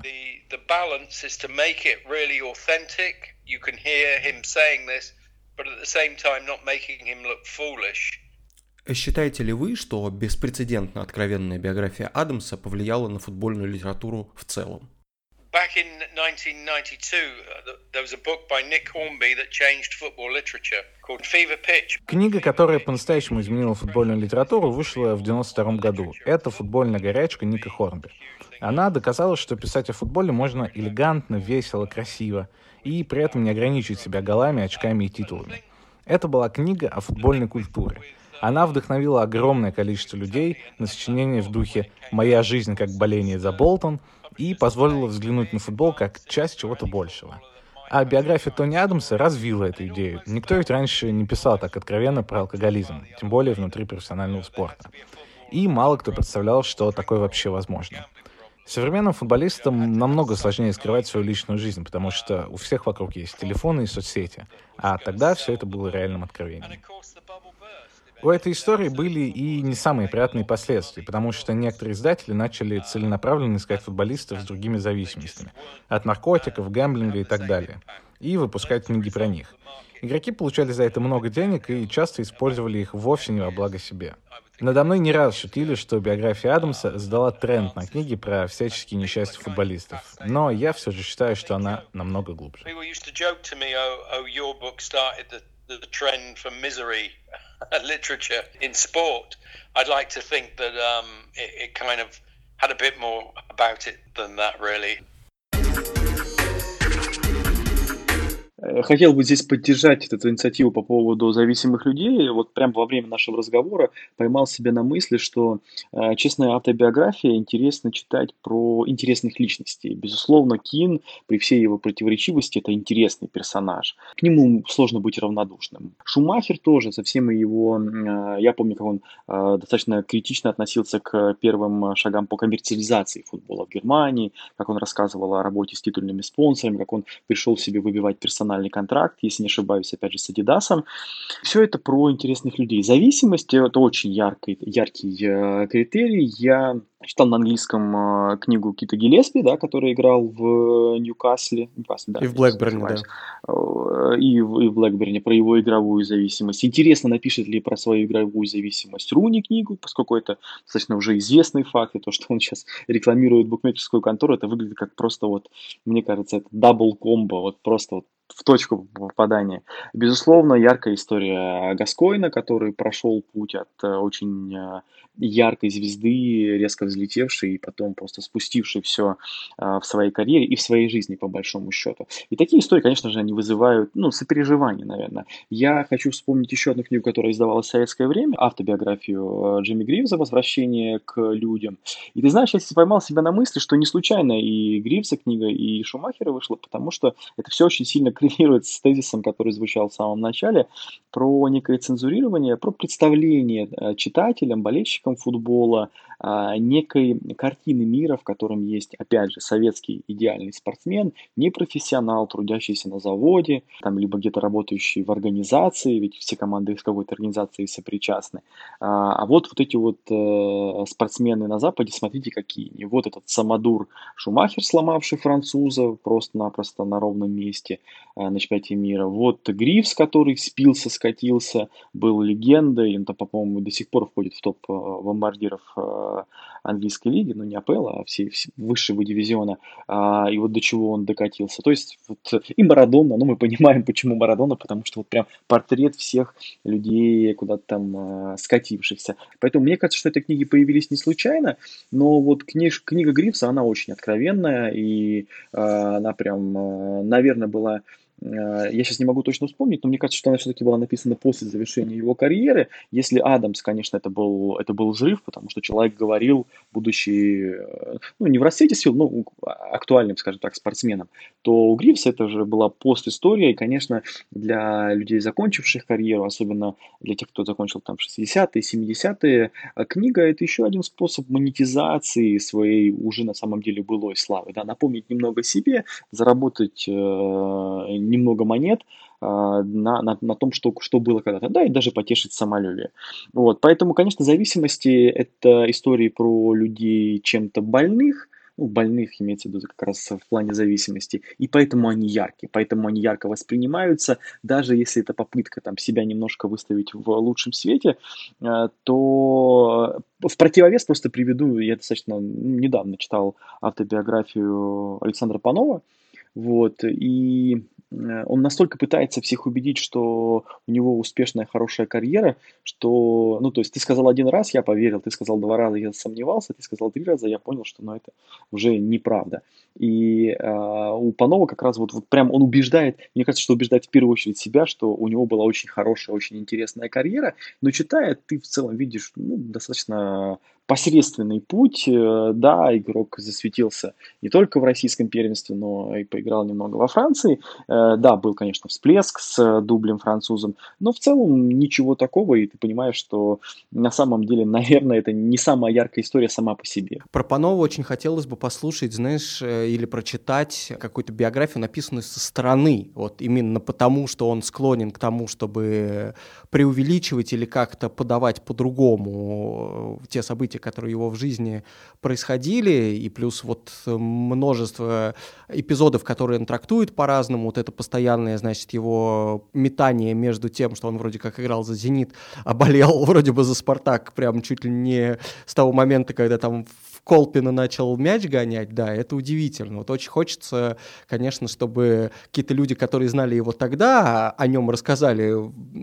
Считаете ли вы, что беспрецедентно откровенная биография Адамса повлияла на футбольную литературу в целом? Back in 1992, there was a book by Nick Hornby that changed football literature called Fever Pitch. Книга, которая по-настоящему изменила футбольную литературу, вышла в 1992 году. Это «Футбольная горячка» Ника Хорнби. Она доказала, что писать о футболе можно элегантно, весело, красиво, и при этом не ограничивать себя голами, очками и титулами. Это была книга о футбольной культуре. Она вдохновила огромное количество людей на сочинения в духе «Моя жизнь как боление за Болтон» и позволила взглянуть на футбол как часть чего-то большего. А биография Тони Адамса развила эту идею. Никто ведь раньше не писал так откровенно про алкоголизм, тем более внутри профессионального спорта. И мало кто представлял, что такое вообще возможно. Современным футболистам намного сложнее скрывать свою личную жизнь, потому что у всех вокруг есть телефоны и соцсети, а тогда все это было реальным откровением. У этой истории были и не самые приятные последствия, потому что некоторые издатели начали целенаправленно искать футболистов с другими зависимостями, от наркотиков, гэмблинга и так далее, и выпускать книги про них. Игроки получали за это много денег и часто использовали их вовсе не во благо себе. Надо мной не раз шутили, что биография Адамса задала тренд на книги про всяческие несчастья футболистов, но я все же считаю, что она намного глубже. The trend for misery literature in sport. I'd like to think that it kind of had a bit more about it than that, really. Хотел бы здесь поддержать эту инициативу по поводу зависимых людей. Вот прямо во время нашего разговора поймал себя на мысли, что честная автобиография интересно читать про интересных личностей. Безусловно, Кин, при всей его противоречивости, это интересный персонаж. К нему сложно быть равнодушным. Шумахер тоже, со всеми его... Я помню, как он достаточно критично относился к первым шагам по коммерциализации футбола в Германии, как он рассказывал о работе с титульными спонсорами, как он пришел себе выбивать персональный контракт, если не ошибаюсь, опять же, с Адидасом. Все это про интересных людей. Зависимость – это очень яркий критерий. Я читал на английском книгу Кита Гиллеспи, да, который играл в Ньюкасле. Да, и в Блэкберне, да. И в Блэкберне про его игровую зависимость. Интересно, напишет ли про свою игровую зависимость Руни книгу, поскольку это достаточно уже известный факт, и то, что он сейчас рекламирует букмекерскую контору, это выглядит как просто вот, мне кажется, это дабл-комбо, вот просто вот в точку попадания. Безусловно, яркая история Гаскойна, который прошел путь от очень яркой звезды, резко взлетевшей и потом просто спустившей все в своей карьере и в своей жизни, по большому счету. И такие истории, конечно же, они вызывают, сопереживание, наверное. Я хочу вспомнить еще одну книгу, которая издавалась в советское время, автобиографию Джимми Гривза «Возвращение к людям». И ты знаешь, я поймал себя на мысли, что не случайно и Гривза книга, и Шумахера вышла, потому что это все очень сильно коррелирует с тезисом, который звучал в самом начале, про некое цензурирование, про представление читателям, болельщикам футбола некой картины мира, в котором есть, опять же, советский идеальный спортсмен, не профессионал, трудящийся на заводе, там, либо где-то работающий в организации, ведь все команды из какой-то организации сопричастны. А вот эти вот спортсмены на Западе, смотрите, какие. И вот этот самодур Шумахер, сломавший француза просто-напросто на ровном месте на чемпионате мира. Вот Гривс, который спился, скатился, был легендой, он там, по-моему, до сих пор входит в топ бомбардиров английской лиги, не АПЛ, а все высшего дивизиона, и вот до чего он докатился. То есть вот и Марадона, мы понимаем, почему Марадона, потому что вот прям портрет всех людей куда-то там скатившихся. Поэтому мне кажется, что эти книги появились не случайно, но вот книга Гривса, она очень откровенная, и она прям, наверное, была... Я сейчас не могу точно вспомнить, но мне кажется, что она все-таки была написана после завершения его карьеры. Если Адамс, конечно, это был взрыв, потому что человек говорил, будучи, не в расцвете сил, но актуальным, скажем так, спортсменом, то у Гривса это уже была постистория, и, конечно, для людей, закончивших карьеру, особенно для тех, кто закончил там 60-е, 70-е, книга – это еще один способ монетизации своей уже на самом деле былой славы. Да? Напомнить немного о себе, заработать немного монет на том, что было когда-то, да, и даже потешить самолюбие. Вот, поэтому, конечно, зависимости – это истории про людей чем-то больных, больных имеется в виду как раз в плане зависимости, и поэтому они яркие, поэтому они ярко воспринимаются, даже если это попытка там себя немножко выставить в лучшем свете, то в противовес просто приведу, я достаточно недавно читал автобиографию Александра Панова, вот, и он настолько пытается всех убедить, что у него успешная, хорошая карьера, что, то есть ты сказал один раз, я поверил, ты сказал 2 раза, я сомневался, ты сказал 3 раза, я понял, что, это уже неправда. И у Панова как раз вот прям он убеждает, мне кажется, что убеждает в первую очередь себя, что у него была очень хорошая, очень интересная карьера, но читая, ты в целом видишь, достаточно посредственный путь, да, игрок засветился не только в российском первенстве, но и поиграл немного во Франции, да, был, конечно, всплеск с дублем французом, но в целом ничего такого, и ты понимаешь, что на самом деле, наверное, это не самая яркая история сама по себе. Про Панова очень хотелось бы послушать, знаешь, или прочитать какую-то биографию, написанную со стороны, вот именно потому, что он склонен к тому, чтобы преувеличивать или как-то подавать по-другому те события, которые его в жизни происходили, и плюс вот множество эпизодов, которые он трактует по-разному, вот это постоянное, значит, его метание между тем, что он вроде как играл за «Зенит», а болел вроде бы за «Спартак», прям чуть ли не с того момента, когда там в Колпино начал мяч гонять, да, это удивительно. Вот очень хочется, конечно, чтобы какие-то люди, которые знали его тогда, о нем рассказали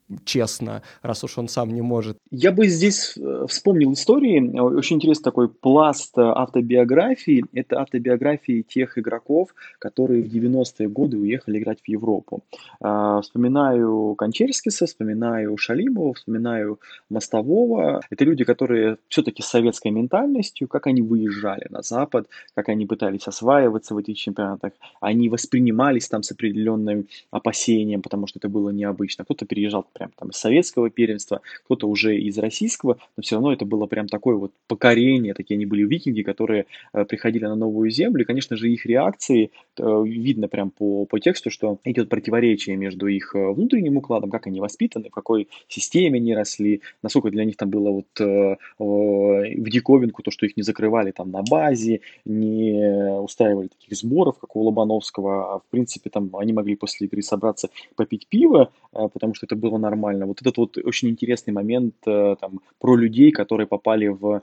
честно, раз уж он сам не может. Я бы здесь вспомнил истории. Очень интересный такой пласт автобиографий. Это автобиографии тех игроков, которые в 90-е годы уехали играть в Европу. Вспоминаю Кончерскиса, вспоминаю Шалимова, вспоминаю Мостового. Это люди, которые все-таки с советской ментальностью, как они выезжали на Запад, как они пытались осваиваться в этих чемпионатах. Они воспринимались там с определенным опасением, потому что это было необычно. Кто-то переезжал прям там из советского первенства, кто-то уже из российского, но все равно это было прям такое вот покорение, такие они были викинги, которые приходили на новую землю, и, конечно же, их реакции видно прям по тексту, что идет противоречие между их внутренним укладом, как они воспитаны, в какой системе они росли, насколько для них там было вот в диковинку то, что их не закрывали там на базе, не устраивали таких сборов, как у Лобановского, а в принципе там они могли после игры собраться попить пиво, потому что это было нормально. Вот этот вот очень интересный момент там, про людей, которые попали в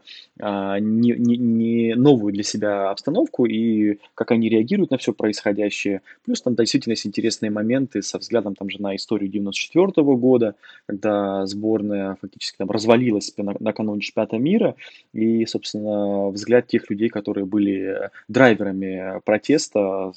не новую для себя обстановку и как они реагируют на все происходящее. Плюс там действительно есть интересные моменты со взглядом там же на историю 94 года, когда сборная фактически там развалилась накануне чемпионата мира, и, собственно, взгляд тех людей, которые были драйверами протеста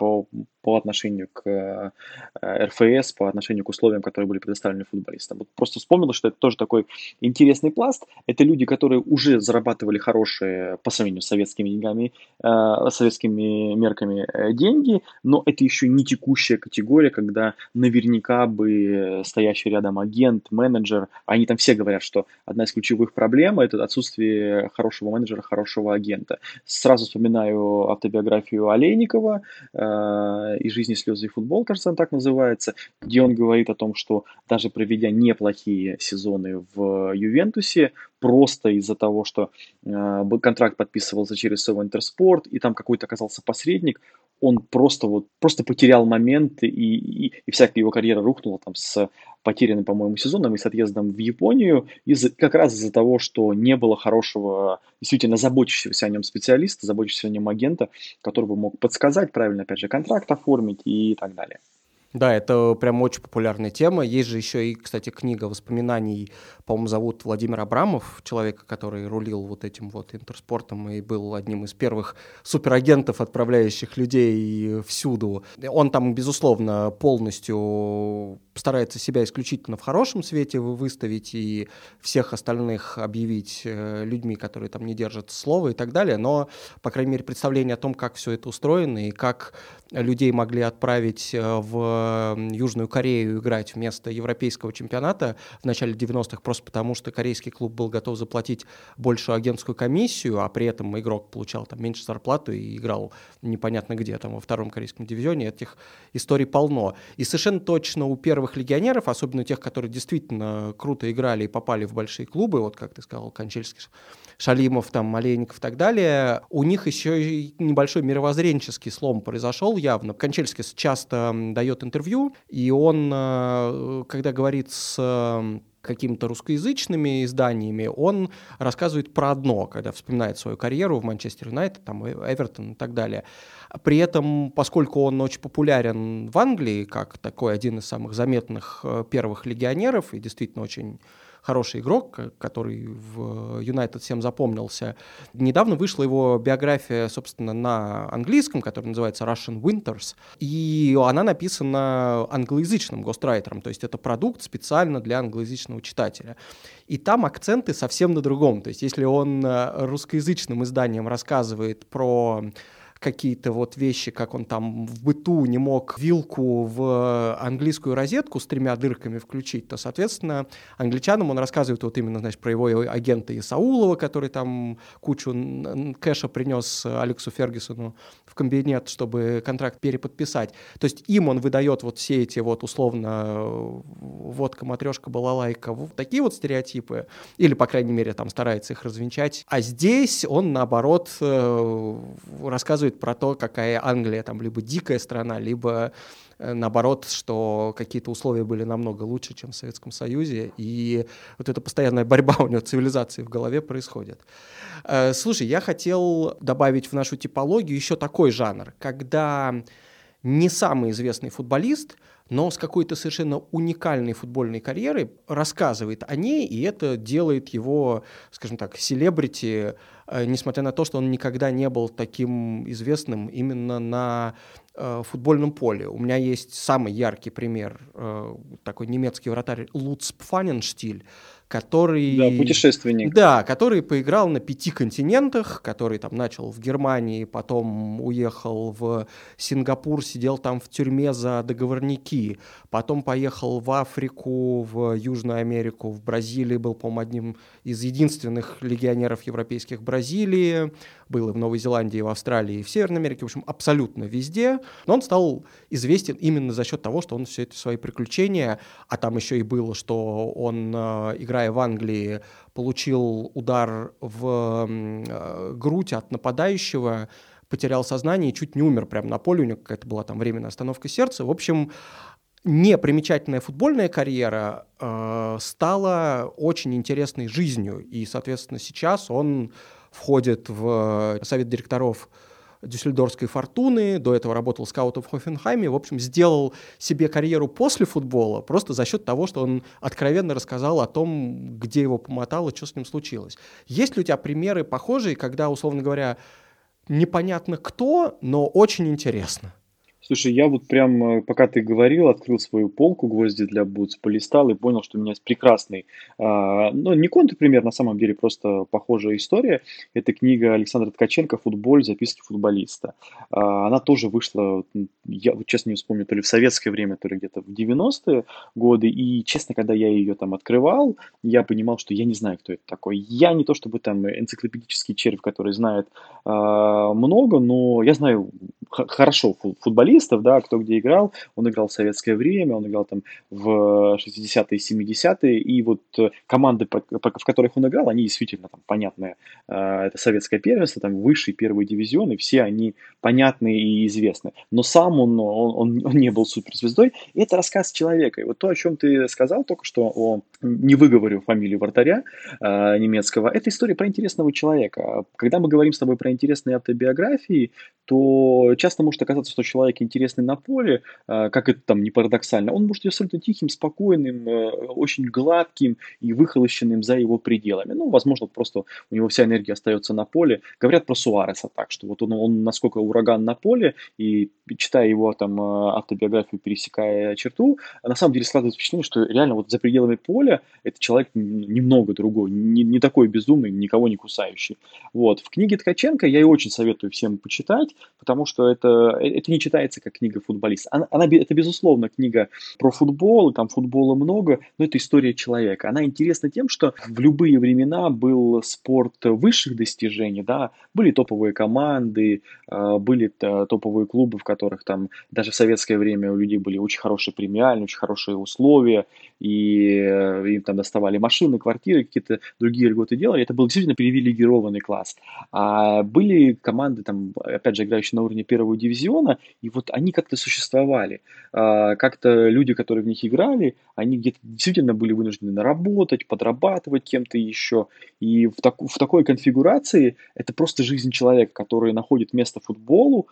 по отношению к РФС, по отношению к условиям, которые были предоставлены футболистам. Вот просто вспомнил, что это тоже такой интересный пласт. Это люди, которые уже зарабатывали хорошие по сравнению с советскими деньгами, советскими мерками деньги, но это еще не текущая категория, когда наверняка бы стоящий рядом агент, менеджер, они там все говорят, что одна из ключевых проблем – это отсутствие хорошего менеджера, хорошего агента. Сразу вспоминаю автобиографию Олейникова, «И жизни, слезы и футбол», кажется, он так называется, где он говорит о том, что даже проведя неплохие сезоны в Ювентусе, просто из-за того, что контракт подписывался через Сова Интерспорт, и там какой-то оказался посредник, он просто потерял момент, и вся его карьера рухнула там с потерянным, по-моему, сезоном и с отъездом в Японию, как раз из-за того, что не было хорошего, действительно заботящегося о нем специалиста, заботящегося о нем агента, который бы мог подсказать правильно, опять же, контракт оформить и так далее. Да, это прям очень популярная тема. Есть же еще и, кстати, книга воспоминаний, по-моему, зовут Владимир Абрамов, человека, который рулил вот этим вот Интерспортом и был одним из первых суперагентов, отправляющих людей всюду. Он там, безусловно, полностью старается себя исключительно в хорошем свете выставить и всех остальных объявить людьми, которые там не держат слова и так далее, но, по крайней мере, представление о том, как все это устроено и как людей могли отправить в Южную Корею играть вместо европейского чемпионата в начале 90-х, просто потому что корейский клуб был готов заплатить большую агентскую комиссию, а при этом игрок получал там меньше зарплату и играл непонятно где, там во втором корейском дивизионе. Этих историй полно. И совершенно точно у первых легионеров, особенно у тех, которые действительно круто играли и попали в большие клубы, вот как ты сказал, Кончельский, Шалимов, там, Олейников и так далее, у них еще и небольшой мировоззренческий слом произошел явно. Кончельский часто дает интервью, и он, когда говорит с какими-то русскоязычными изданиями, он рассказывает про одно, когда вспоминает свою карьеру в Манчестер Юнайтед, там, Эвертон и так далее. При этом, поскольку он очень популярен в Англии, как такой один из самых заметных первых легионеров и действительно очень хороший игрок, который в Юнайтед всем запомнился. Недавно вышла его биография, собственно, на английском, которая называется Russian Winters, и она написана англоязычным гострайтером, то есть это продукт специально для англоязычного читателя. И там акценты совсем на другом, то есть если он русскоязычным изданием рассказывает про какие-то вот вещи, как он там в быту не мог вилку в английскую розетку с 3 дырками включить, то, соответственно, англичанам он рассказывает вот именно, значит, про его агента Исаулова, который там кучу кэша принес Алексу Фергюсону в кабинет, чтобы контракт переподписать. То есть им он выдает вот все эти вот условно водка, матрешка, балалайка, вот такие вот стереотипы, или, по крайней мере, там старается их развенчать. А здесь он, наоборот, рассказывает про то, какая Англия там либо дикая страна, либо наоборот, что какие-то условия были намного лучше, чем в Советском Союзе, и вот эта постоянная борьба у него цивилизации в голове происходит. Слушай, я хотел добавить в нашу типологию еще такой жанр, когда не самый известный футболист, но с какой-то совершенно уникальной футбольной карьерой, рассказывает о ней, и это делает его, скажем так, селебрити, несмотря на то, что он никогда не был таким известным именно на футбольном поле. У меня есть самый яркий пример, такой немецкий вратарь Луц Пфанненштиль, который... Да, путешественник. Да, который поиграл на 5 континентах, который там начал в Германии, потом уехал в Сингапур, сидел там в тюрьме за договорники, потом поехал в Африку, в Южную Америку, в Бразилии, был, по-моему, одним из единственных легионеров европейских Бразилии, был и в Новой Зеландии, и в Австралии, и в Северной Америке, в общем, абсолютно везде. Но он стал известен именно за счет того, что он все эти свои приключения, а там еще и было, что он, играя в Англии, получил удар в грудь от нападающего, потерял сознание и чуть не умер прямо на поле, у него какая-то была там временная остановка сердца. В общем, непримечательная футбольная карьера стала очень интересной жизнью, и, соответственно, сейчас он входит в совет директоров Дюссельдорфской «Фортуны», до этого работал скаутом в Хофенхайме, в общем, сделал себе карьеру после футбола просто за счет того, что он откровенно рассказал о том, где его помотало, что с ним случилось. Есть ли у тебя примеры похожие, когда, условно говоря, непонятно кто, но очень интересно? Слушай, я вот прям, пока ты говорил, открыл свою полку «Гвозди для бутс», полистал и понял, что у меня есть прекрасный, ну, не контрпример, на самом деле, просто похожая история. Это книга Александра Ткаченко «Футболь. Записки футболиста». Она тоже вышла, я вот честно не вспомню, то ли в советское время, то ли где-то в 90-е годы. И, честно, когда я ее там открывал, я понимал, что я не знаю, кто это такой. Я не то чтобы там энциклопедический червь, который знает много, но я знаю хорошо футболистов, да, кто где играл. Он играл в советское время, он играл там в 60-е, 70-е, и вот команды, в которых он играл, они действительно там понятные. Это советское первенство, там высший первый дивизион, и все они понятны и известны. Но сам он не был суперзвездой, и это рассказ человека. И вот то, о чем ты сказал только что, не выговорю фамилию вратаря немецкого, это история про интересного человека. Когда мы говорим с тобой про интересные автобиографии, то часто может оказаться, что человек интересный на поле, как это там не парадоксально, он может быть абсолютно тихим, спокойным, очень гладким и выхолощенным за его пределами. Ну, возможно, просто у него вся энергия остается на поле. Говорят про Суареса так, что вот он насколько ураган на поле, и читая его там автобиографию, пересекая черту, на самом деле складывается впечатление, что реально вот за пределами поля этот человек немного другой, не такой безумный, никого не кусающий. Вот. В книге Ткаченко я и очень советую всем почитать, потому что это не читается как книга футболиста. Это, безусловно, книга про футбол, там футбола много, но это история человека. Она интересна тем, что в любые времена был спорт высших достижений, да, были топовые команды, были топовые клубы, в которых там даже в советское время у людей были очень хорошие премиальные, очень хорошие условия, и им там доставали машины, квартиры, какие-то другие льготы делали. Это был действительно привилегированный класс. А были команды, там, опять же, играющие на уровне первого дивизиона, и вот они как-то существовали. Как-то люди, которые в них играли, они где-то действительно были вынуждены работать, подрабатывать кем-то еще. И в такой конфигурации это просто жизнь человека, который находит место футболу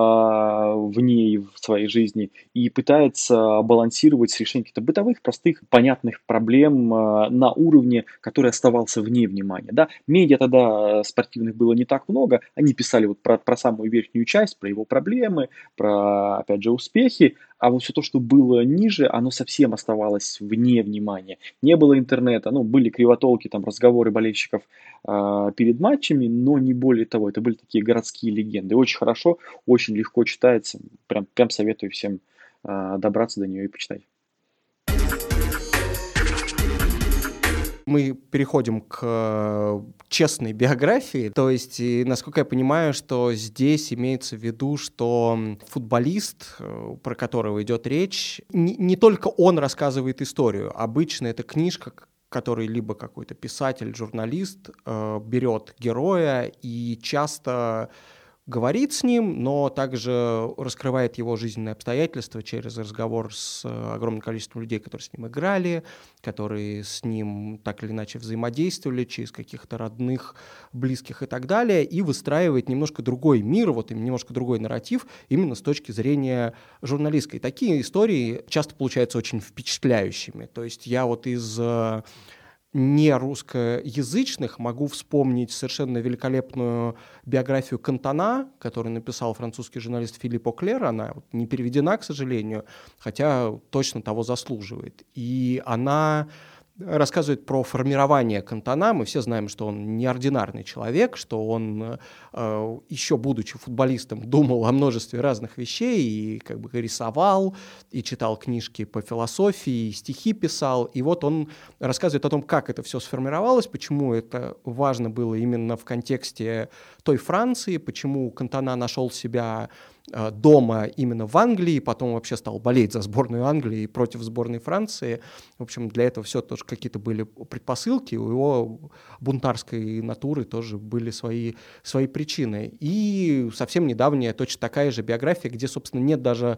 в ней, в своей жизни, и пытается балансировать с решением каких-то бытовых, простых, понятных проблем на уровне, который оставался вне внимания. Да? Медиа тогда спортивных было не так много, они писали вот про самую верхнюю часть, про его проблемы, про, опять же, успехи, а вот все то, что было ниже, оно совсем оставалось вне внимания. Не было интернета, ну, были кривотолки, там, разговоры болельщиков перед матчами, но не более того. Это были такие городские легенды. Очень хорошо, очень легко читается. Прям советую всем добраться до нее и почитать. Мы переходим к честной биографии, то есть, насколько я понимаю, что здесь имеется в виду, что футболист, про которого идет речь, не только он рассказывает историю. Обычно это книжка, который либо какой-то писатель, журналист берет героя и часто говорит с ним, но также раскрывает его жизненные обстоятельства через разговор с огромным количеством людей, которые с ним играли, которые с ним так или иначе взаимодействовали, через каких-то родных, близких и так далее, и выстраивает немножко другой мир, вот именно немножко другой нарратив, именно с точки зрения журналистской. Такие истории часто получаются очень впечатляющими. То есть я вот из не русскоязычных могу вспомнить совершенно великолепную биографию Кантона, которую написал французский журналист Филипп Оклер. Она вот не переведена, к сожалению, хотя точно того заслуживает. И она рассказывает про формирование Кантона. Мы все знаем, что он неординарный человек, что он, еще будучи футболистом, думал о множестве разных вещей и как бы рисовал, и читал книжки по философии, и стихи писал. И вот он рассказывает о том, как это все сформировалось, почему это важно было именно в контексте той Франции, почему Кантона нашел себя дома именно в Англии, потом вообще стал болеть за сборную Англии против сборной Франции. В общем, для этого все тоже какие-то были предпосылки, у его бунтарской натуры тоже были свои причины. И совсем недавняя точно такая же биография, где, собственно, нет даже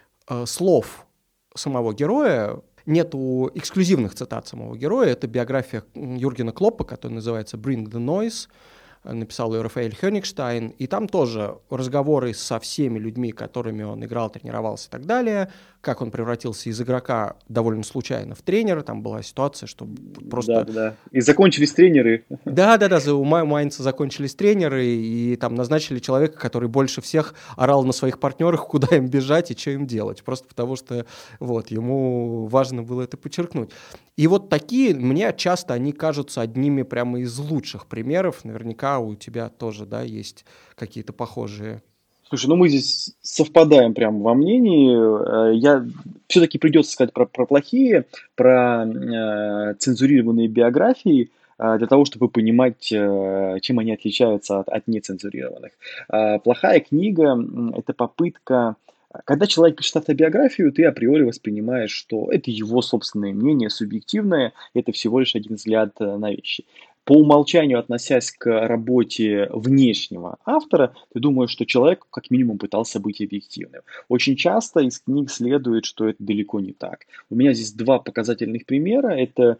слов самого героя, нету эксклюзивных цитат самого героя. Это биография Юргена Клоппа, которая называется «Bring the Noise», написал ее Рафаэль Хёнигштайн, и там тоже разговоры со всеми людьми, которыми он играл, тренировался и так далее, как он превратился из игрока довольно случайно в тренера, там была ситуация, что просто... Да. И закончились тренеры. Да, у Майнца закончились тренеры, и там назначили человека, который больше всех орал на своих партнерах, куда им бежать и что им делать, просто потому что вот, ему важно было это подчеркнуть. И вот такие, мне часто они кажутся одними прямо из лучших примеров, наверняка у тебя тоже, да, есть какие-то похожие. Слушай, ну мы здесь совпадаем прямо во мнении. Я все-таки придется сказать про плохие, про цензурированные биографии, для того, чтобы понимать, чем они отличаются от нецензурированных. Плохая книга – это попытка. Когда человек пишет автобиографию, ты априори воспринимаешь, что это его собственное мнение, субъективное, это всего лишь один взгляд на вещи. По умолчанию, относясь к работе внешнего автора, ты думаешь, что человек как минимум пытался быть объективным. Очень часто из книг следует, что это далеко не так. У меня здесь два показательных примера. Это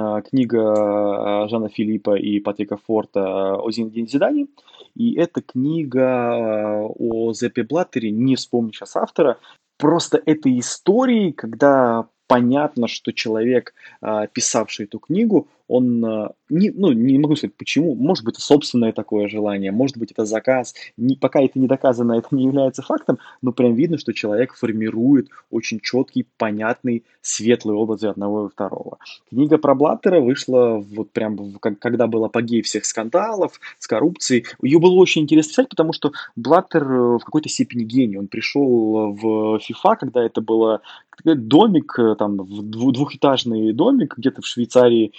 книга Жана Филиппа и Патрика Форта «О Зинедине Зидане». И это книга о Зеппе Блаттере, не вспомню сейчас автора. Просто это истории, когда понятно, что человек, писавший эту книгу, он, не могу сказать почему, может быть, это собственное такое желание, может быть, это заказ, пока это не доказано, это не является фактом, но прям видно, что человек формирует очень четкий, понятный, светлый образ одного и второго. Книга про Блаттера вышла вот прям, когда был апогей всех скандалов с коррупцией. Ее было очень интересно писать, потому что Блаттер в какой-то степени гений. Он пришел в FIFA, когда это было домик, там, двухэтажный домик где-то в Швейцарии,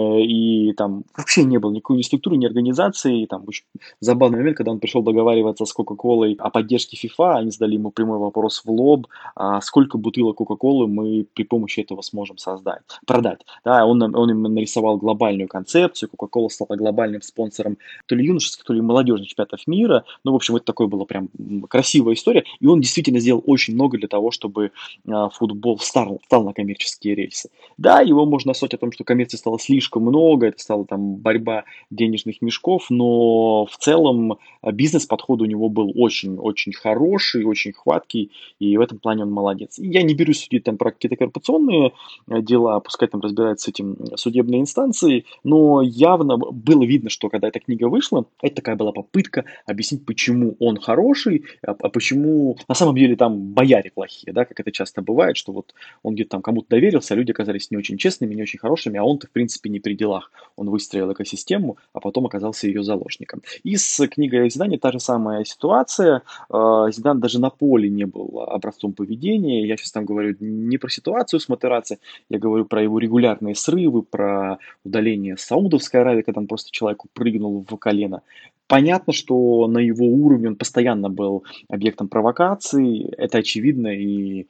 и там вообще не было никакой ни структуры, ни организации. И там очень забавный момент, когда он пришел договариваться с Кока-Колой о поддержке FIFA, они задали ему прямой вопрос в лоб, сколько бутылок Кока-Колы мы при помощи этого сможем продать. Да, он им нарисовал глобальную концепцию, Кока-Кола стала глобальным спонсором то ли юношеских, то ли молодежных чемпионатов мира. Ну, в общем, это такое была прям красивая история, и он действительно сделал очень много для того, чтобы футбол встал на коммерческие рельсы. Да, его можно назвать о том, что коммерции стало слишком много, это стала там борьба денежных мешков, но в целом бизнес-подход у него был очень-очень хороший, очень хваткий, и в этом плане он молодец. Я не берусь судить там про какие-то коррупционные дела, пускай там разбираются с этим судебные инстанции, но явно было видно, что когда эта книга вышла, это такая была попытка объяснить, почему он хороший, а почему на самом деле там бояре плохие, да, как это часто бывает, что вот он где-то там кому-то доверился, а люди оказались не очень честными, не очень хорошими, а он-то в принципе не при делах. Он выстроил экосистему, а потом оказался ее заложником. И с книгой о Зидане та же самая ситуация. Зидан даже на поле не был образцом поведения. Я сейчас там говорю не про ситуацию с Матераци, я говорю про его регулярные срывы, про удаление с Саудовской Аравии, когда он просто человеку прыгнул в колено. Понятно, что на его уровне он постоянно был объектом провокаций, это очевидно, и,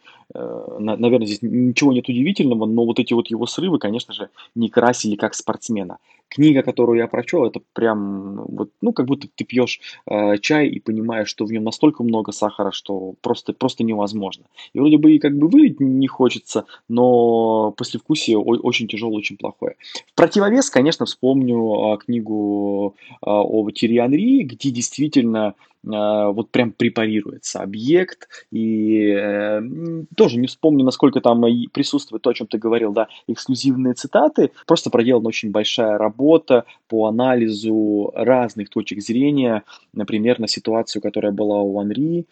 наверное, здесь ничего нет удивительного, но вот эти вот его срывы, конечно же, не красили как спортсмена. книга, которую я прочел, это прям вот, ну, как будто ты пьешь чай и понимаешь, что в нем настолько много сахара, что просто невозможно. И вроде бы и как бы вылить не хочется, но послевкусие очень тяжелое, очень плохое. В противовес, конечно, вспомню книгу о Тьерри Анри, где действительно вот прям препарируется объект, и тоже не вспомню, насколько там присутствует то, о чем ты говорил, да, эксклюзивные цитаты, просто проделана очень большая работа по анализу разных точек зрения, например, на ситуацию, которая была у Анри,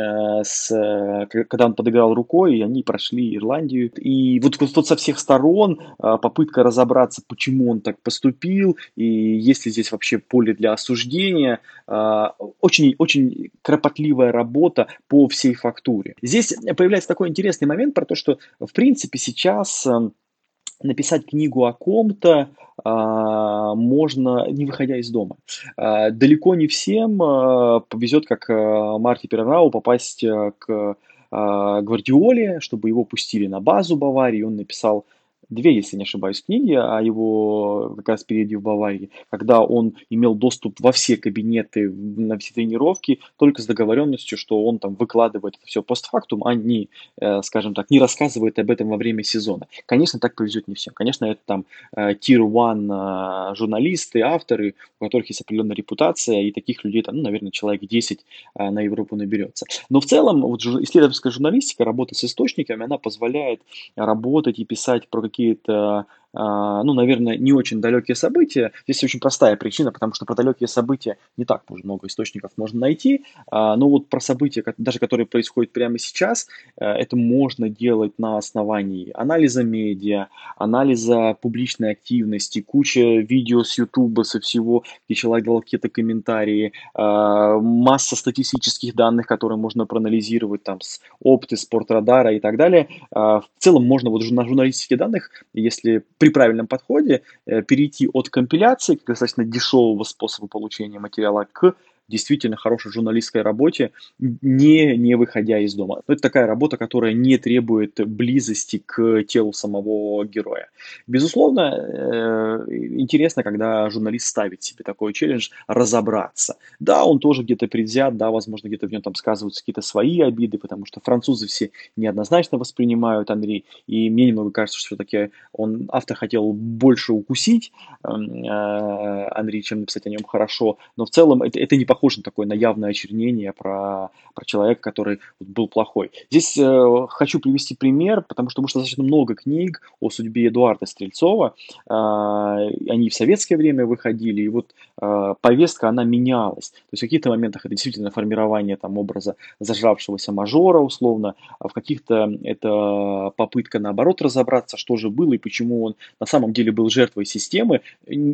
когда он подыграл рукой, и они прошли Ирландию, и вот со всех сторон попытка разобраться, почему он так поступил, и есть ли здесь вообще поле для осуждения, очень очень кропотливая работа по всей фактуре. Здесь появляется такой интересный момент про то, что, в принципе, сейчас написать книгу о ком-то можно, не выходя из дома. Далеко не всем повезет, как Марти Перерау, попасть к Гвардиоле, чтобы его пустили на базу Баварии. Он написал две, если не ошибаюсь, книги о его как раз периоде в Баварии, когда он имел доступ во все кабинеты, на все тренировки, только с договоренностью, что он там выкладывает это все постфактум, а не, скажем так, не рассказывает об этом во время сезона. Конечно, так повезет не всем. Конечно, это там Tier 1 журналисты, авторы, у которых есть определенная репутация, и таких людей там, ну, наверное, человек 10 на Европу наберется. Но в целом вот, исследовательская журналистика, работа с источниками, она позволяет работать и писать про какие-то, ну, наверное, не очень далекие события. Здесь очень простая причина, потому что про далекие события не так уж много источников можно найти, но вот про события, даже которые происходят прямо сейчас, это можно делать на основании анализа медиа, анализа публичной активности, куча видео с Ютуба, со всего, где человек дал какие-то комментарии, масса статистических данных, которые можно проанализировать там с Опты, Спортрадара и так далее. В целом можно вот на журналистике данных, если при правильном подходе, перейти от компиляции, как достаточно дешевого способа получения материала, к действительно хорошей журналистской работе, не выходя из дома. Но это такая работа, которая не требует близости к телу самого героя. Безусловно, интересно, когда журналист ставит себе такой челлендж разобраться. Да, он тоже где-то предвзят, да, возможно, где-то в нем там сказываются какие-то свои обиды, потому что французы все неоднозначно воспринимают Анри, и мне немного кажется, что все-таки автор хотел больше укусить Анри, чем написать о нем хорошо, но в целом это не похоже на такое на явное очернение про человека, который был плохой. Здесь хочу привести пример, потому что вышло достаточно много книг о судьбе Эдуарда Стрельцова. Они в советское время выходили, и вот повестка, она менялась. То есть в каких-то моментах это действительно формирование там образа зажравшегося мажора, условно, а в каких-то это попытка, наоборот, разобраться, что же было и почему он на самом деле был жертвой системы,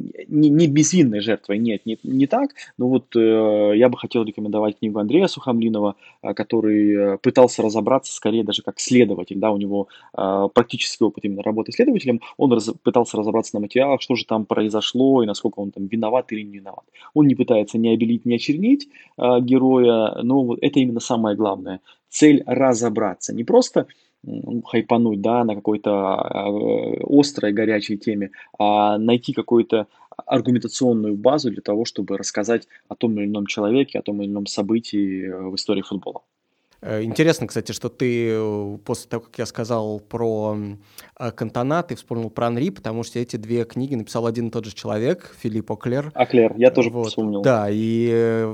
не безвинной жертвой, нет, не так, но вот я бы хотел рекомендовать книгу Андрея Сухомлинова, который пытался разобраться скорее даже как следователь, да, у него практический опыт именно работы следователем, он пытался разобраться на материалах, что же там произошло и насколько он там виноват или не виноват. Он не пытается ни обелить, ни очернить героя, но вот это именно самое главное. Цель разобраться, не просто хайпануть, да, на какой-то острой, горячей теме, а найти какую-то аргументационную базу для того, чтобы рассказать о том или ином человеке, о том или ином событии в истории футбола. Интересно, кстати, что ты после того, как я сказал про Кантона, ты вспомнил про Анри, потому что эти две книги написал один и тот же человек, Филипп Оклер. Оклер, я тоже вспомнил. Да, и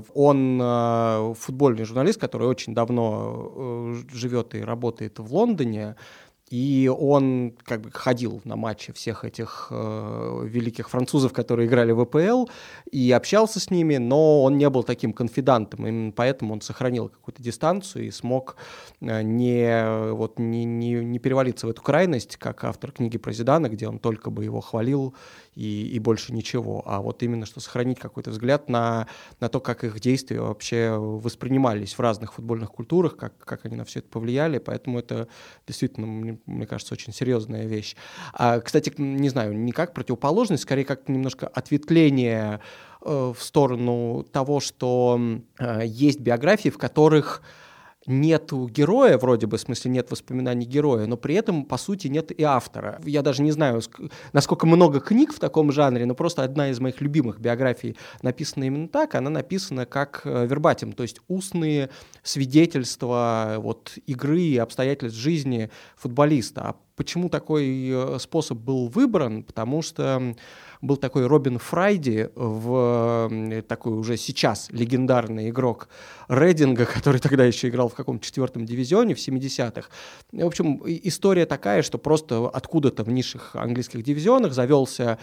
он футбольный журналист, который очень давно живет и работает в Лондоне. И он как бы ходил на матчи всех этих великих французов, которые играли в АПЛ, и общался с ними, но он не был таким конфидантом. Именно поэтому он сохранил какую-то дистанцию и смог не перевалиться в эту крайность, как автор книги про Зидана, где он только бы его хвалил и больше ничего. А вот именно что сохранить какой-то взгляд на то, как их действия вообще воспринимались в разных футбольных культурах, как они на все это повлияли. Поэтому это действительно, мне кажется, очень серьезная вещь. Кстати, не знаю, не как противоположность, скорее как немножко ответвление в сторону того, что есть биографии, в которых нету героя, вроде бы, в смысле нет воспоминаний героя, но при этом, по сути, нет и автора. Я даже не знаю, насколько много книг в таком жанре, но просто одна из моих любимых биографий написана именно так, она написана как вербатим, то есть устные свидетельства вот, игры и обстоятельств жизни футболиста. А почему такой способ был выбран? Потому что был такой Робин Фрайди, такой уже сейчас легендарный игрок Рейдинга, который тогда еще играл в каком-то 4-м дивизионе в 70-х. В общем, история такая, что просто откуда-то в низших английских дивизионах завелся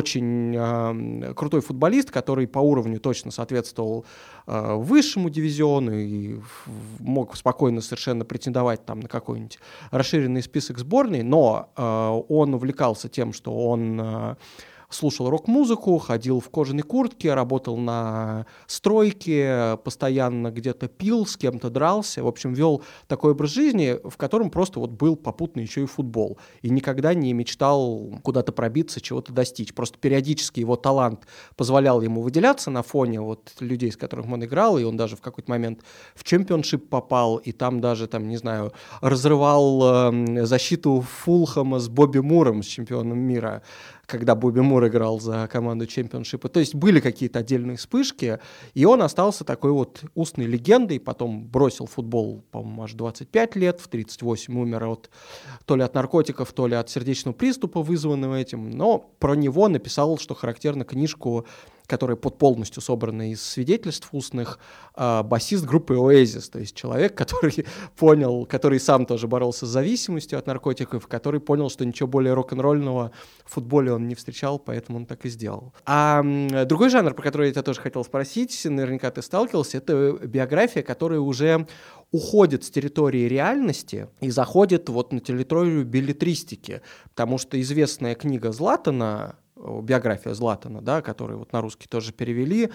очень крутой футболист, который по уровню точно соответствовал высшему дивизиону и мог спокойно совершенно претендовать там на какой-нибудь расширенный список сборной, но он увлекался тем, что он слушал рок-музыку, ходил в кожаной куртке, работал на стройке, постоянно где-то пил, с кем-то дрался. В общем, вел такой образ жизни, в котором просто вот был попутно еще и футбол. И никогда не мечтал куда-то пробиться, чего-то достичь. Просто периодически его талант позволял ему выделяться на фоне вот людей, с которыми он играл, и он даже в какой-то момент в чемпионшип попал, и там даже, там, не знаю, разрывал защиту Фулхэма с Бобби Муром, с чемпионом мира, когда Бобби Мур играл за команду чемпионшипа. То есть были какие-то отдельные вспышки, и он остался такой вот устной легендой, потом бросил футбол, по-моему, аж 25 лет, в 38 умер то ли от наркотиков, то ли от сердечного приступа, вызванного этим, но про него написал, что характерно, книжку, которая полностью собрана из свидетельств устных, басист группы Oasis, то есть человек, который понял, который сам тоже боролся с зависимостью от наркотиков, который понял, что ничего более рок-н-ролльного в футболе он не встречал, поэтому он так и сделал. А другой жанр, про который я тебя тоже хотел спросить, наверняка ты сталкивался, это биография, которая уже уходит с территории реальности и заходит вот на территорию беллетристики, потому что известная книга Златана, биография Златана, да, которую вот на русский тоже перевели,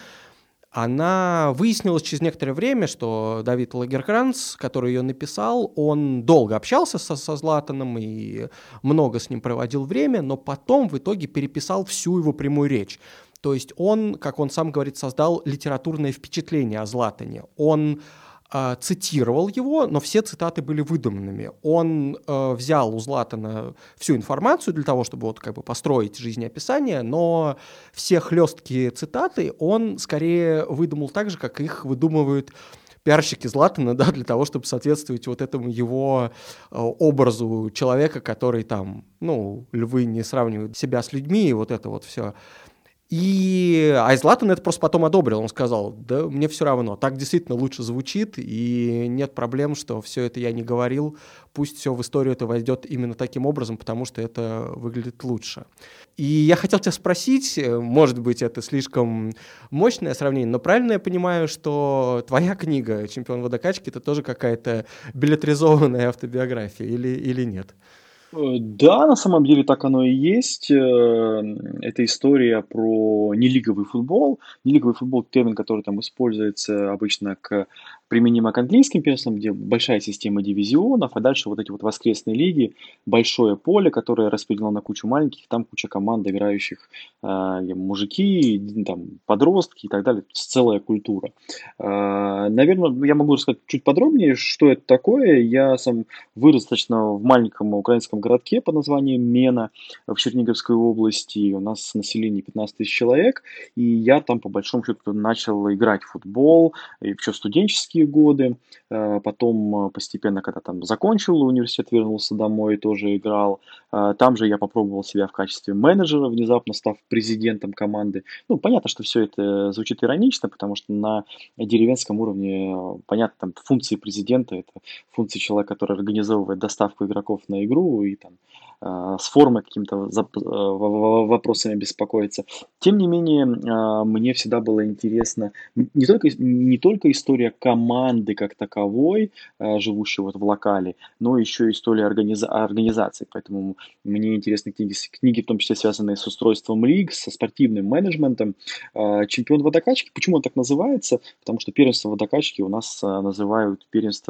она выяснилась через некоторое время, что Давид Лагеркранц, который ее написал, он долго общался со Златаном и много с ним проводил время, но потом в итоге переписал всю его прямую речь. То есть он, как он сам говорит, создал литературное впечатление о Златане. Он цитировал его, но все цитаты были выдуманными. Он взял у Златана всю информацию для того, чтобы вот как бы построить жизнеописание, но все хлесткие цитаты он скорее выдумал так же, как их выдумывают пиарщики Златана, да, для того, чтобы соответствовать вот этому его образу человека, который там, ну, львы не сравнивают себя с людьми, и вот это вот все. А Златан это просто потом одобрил. Он сказал, да мне все равно, так действительно лучше звучит, и нет проблем, что все это я не говорил, пусть все в историю это войдет именно таким образом, потому что это выглядит лучше. И я хотел тебя спросить, может быть, это слишком мощное сравнение, но правильно я понимаю, что твоя книга «Чемпион водокачки» — это тоже какая-то билетризованная автобиография или нет? Да, на самом деле так оно и есть. Это история про нелиговый футбол. Нелиговый футбол — термин, который там используется обычно применимо к английским первенствам, где большая система дивизионов, а дальше вот эти вот воскресные лиги, большое поле, которое распределено на кучу маленьких, там куча команд, играющих мужики, там, подростки и так далее, целая культура. Наверное, я могу рассказать чуть подробнее, что это такое. Я сам вырос достаточно в маленьком украинском городке под названием Мена в Черниговской области. У нас население 15 тысяч человек, и я там по большому счету начал играть в футбол, еще студенческие годы. Потом постепенно, когда там закончил университет, вернулся домой, тоже играл. Там же я попробовал себя в качестве менеджера, внезапно став президентом команды. Ну, понятно, что все это звучит иронично, потому что на деревенском уровне, понятно, там функции президента — это функции человека, который организовывает доставку игроков на игру и там с формой какими-то вопросами беспокоиться. Тем не менее, мне всегда было интересно не только история команды как таковой, живущей вот в локале, но еще и история организации. Поэтому мне интересны книги, в том числе связанные с устройством лиг, со спортивным менеджментом. Чемпион водокачки, почему он так называется? Потому что первенство водокачки у нас называют первенство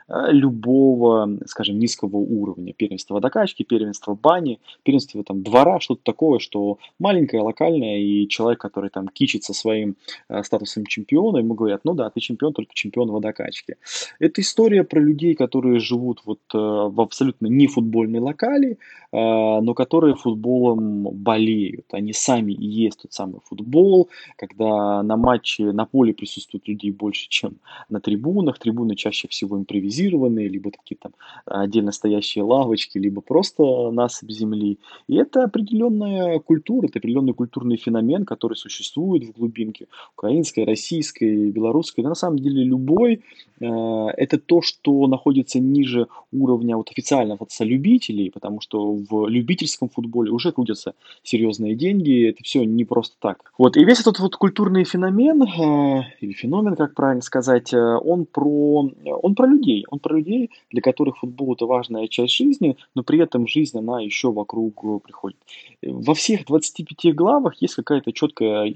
любого, скажем, низкого уровня. Первенство водокачки, первенство бани, первенство там двора, что-то такое, что маленькое, локальное, и человек, который там кичится своим статусом чемпиона, ему говорят, ну да, ты чемпион, только чемпион водокачки. Это история про людей, которые живут вот в абсолютно не футбольной локали, но которые футболом болеют. Они сами и есть тот самый футбол, когда на матче, на поле присутствует людей больше, чем на трибунах. Трибуны чаще всего импровизированные, либо такие там отдельно стоящие лавочки, либо просто насыпь земли. И это определенная культура, это определенный культурный феномен, который существует в глубинке украинской, российской, белорусской, да на самом деле любой. Это то, что находится ниже уровня вот официального любителей, потому что в любительском футболе уже крутятся серьезные деньги, это все не просто так. Вот, и весь этот вот культурный феномен, или феномен, как правильно сказать, он про людей, для которых футбол это важная часть жизни, но при этом жизнь, она еще вокруг приходит. Во всех 25 главах есть какая-то четкая,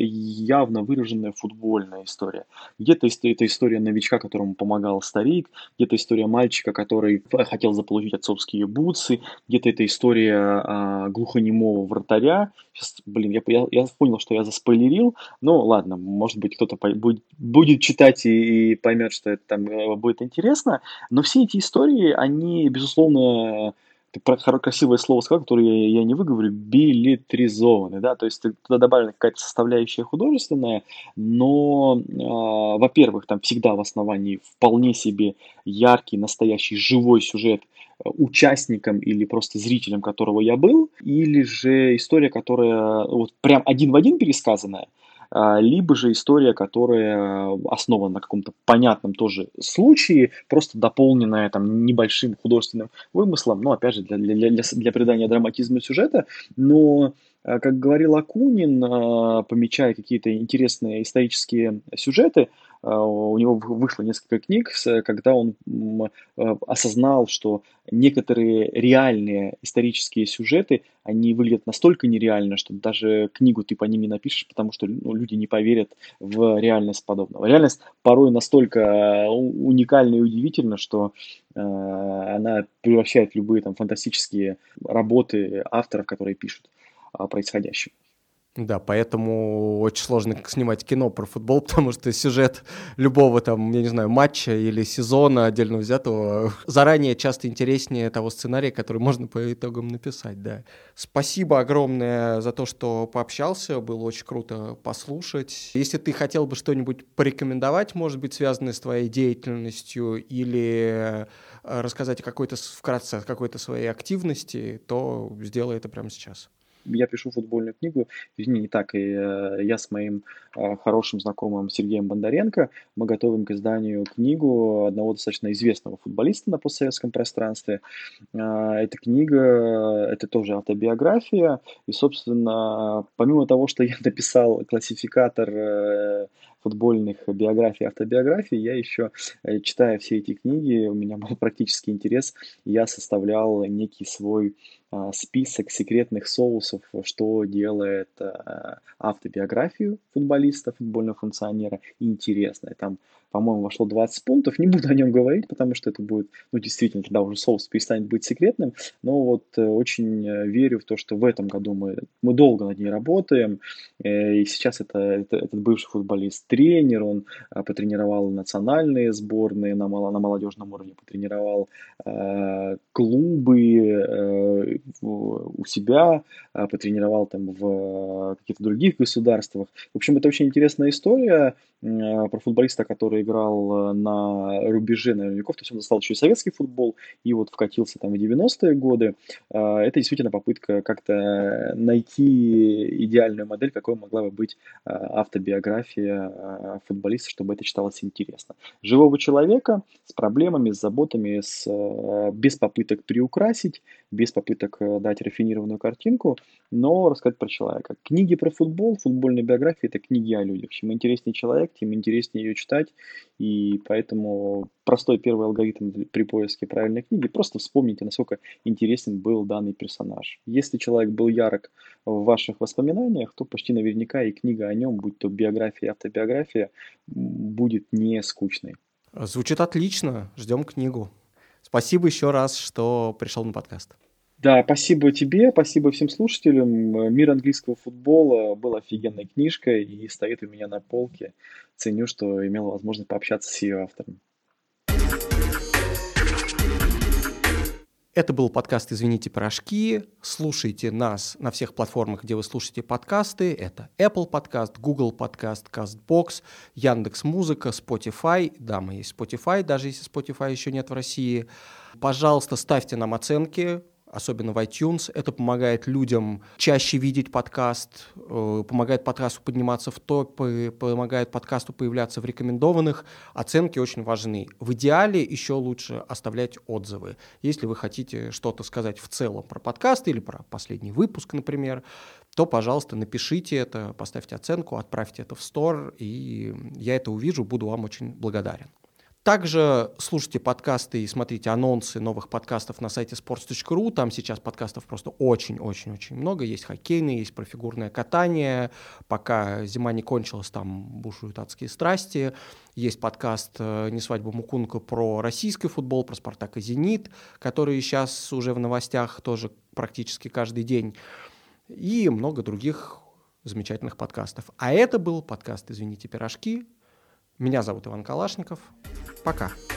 явно выраженная футбольная история. Где-то это история новичка, которому помогал старик, где-то история мальчика, который хотел заполучить отцовские бутсы, где-то это история глухонемого вратаря. Сейчас, блин, я понял, что я заспойлерил. Ну, ладно, может быть, кто-то будет читать и поймет, что это там будет интересно. Но все эти истории, они, безусловно, ты про красивое слово сказал, которое я не выговорю, билетризованы, да, то есть туда добавлена какая-то составляющая художественная, но, во-первых, там всегда в основании вполне себе яркий, настоящий, живой сюжет, участником или просто зрителем которого я был, или же история, которая вот прям один в один пересказанная, либо же история, которая основана на каком-то понятном тоже случае, просто дополненная там небольшим художественным вымыслом, но опять же для придания драматизма сюжета, но как говорил Акунин, помечая какие-то интересные исторические сюжеты, у него вышло несколько книг, когда он осознал, что некоторые реальные исторические сюжеты, они выглядят настолько нереально, что даже книгу ты по ним не напишешь, потому что люди не поверят в реальность подобного. Реальность порой настолько уникальна и удивительна, что она превращает любые там фантастические работы авторов, которые пишут о происходящем. Да, поэтому очень сложно снимать кино про футбол, потому что сюжет любого там, я не знаю, матча или сезона отдельно взятого заранее часто интереснее того сценария, который можно по итогам написать, да. Спасибо огромное за то, что пообщался, было очень круто послушать. Если ты хотел бы что-нибудь порекомендовать, может быть, связанное с твоей деятельностью, или рассказать вкратце о какой-то своей активности, то сделай это прямо сейчас. Я пишу футбольную книгу, не так, и я с моим хорошим знакомым Сергеем Бондаренко, мы готовим к изданию книгу одного достаточно известного футболиста на постсоветском пространстве. Эта книга, это тоже автобиография, и, собственно, помимо того, что я написал классификатор футбольных биографий, автобиографий, я еще, читая все эти книги, у меня был практический интерес, я составлял некий свой список секретных соусов, что делает автобиографию футболиста, футбольного функционера интересной. Там, по-моему, вошло 20 пунктов. Не буду о нем говорить, потому что это будет, ну, действительно, тогда уже соус перестанет быть секретным. Но вот очень верю в то, что в этом году мы долго над ней работаем. И сейчас этот бывший футболист тренер, он потренировал национальные сборные на молодежном уровне, потренировал клубы у себя, потренировал там в каких-то других государствах. В общем, это очень интересная история про футболиста, который играл на рубеже, наверное, веков, то есть он застал еще и советский футбол, и вот вкатился там в 90-е годы. Это действительно попытка как-то найти идеальную модель, какой могла бы быть автобиография футболиста, чтобы это читалось интересно. Живого человека с проблемами, с заботами, без попыток приукрасить, без попыток дать рафинированную картинку, но рассказать про человека. Книги про футбол, футбольные биографии — это книги о людях. Чем интереснее человек, тем интереснее ее читать, и поэтому простой первый алгоритм при поиске правильной книги — просто вспомните, насколько интересен был данный персонаж. Если человек был ярок в ваших воспоминаниях, то почти наверняка и книга о нем, будь то биография, автобиография, будет не скучной. Звучит отлично. Ждем книгу. Спасибо еще раз, что пришел на подкаст. Да, спасибо тебе, спасибо всем слушателям. «Мир английского футбола» был офигенной книжкой и стоит у меня на полке. Ценю, что имел возможность пообщаться с ее автором. Это был подкаст «Извините, пирожки». Слушайте нас на всех платформах, где вы слушаете подкасты. Это Apple Podcast, Google Podcast, CastBox, Яндекс.Музыка, Spotify. Да, мы есть Spotify, даже если Spotify еще нет в России. Пожалуйста, ставьте нам оценки, особенно в iTunes. Это помогает людям чаще видеть подкаст, помогает подкасту подниматься в топы, помогает подкасту появляться в рекомендованных. Оценки очень важны. В идеале еще лучше оставлять отзывы. Если вы хотите что-то сказать в целом про подкаст или про последний выпуск, например, то, пожалуйста, напишите это, поставьте оценку, отправьте это в стор, и я это увижу, буду вам очень благодарен. Также слушайте подкасты и смотрите анонсы новых подкастов на сайте sports.ru. Там сейчас подкастов просто очень-очень-очень много. Есть хоккейные, есть про фигурное катание. Пока зима не кончилась, там бушуют адские страсти. Есть подкаст «Не свадьба Мукунка» про российский футбол, про «Спартак» и «Зенит», которые сейчас уже в новостях тоже практически каждый день. И много других замечательных подкастов. А это был подкаст «Извините, пирожки». Меня зовут Иван Калашников. Пока.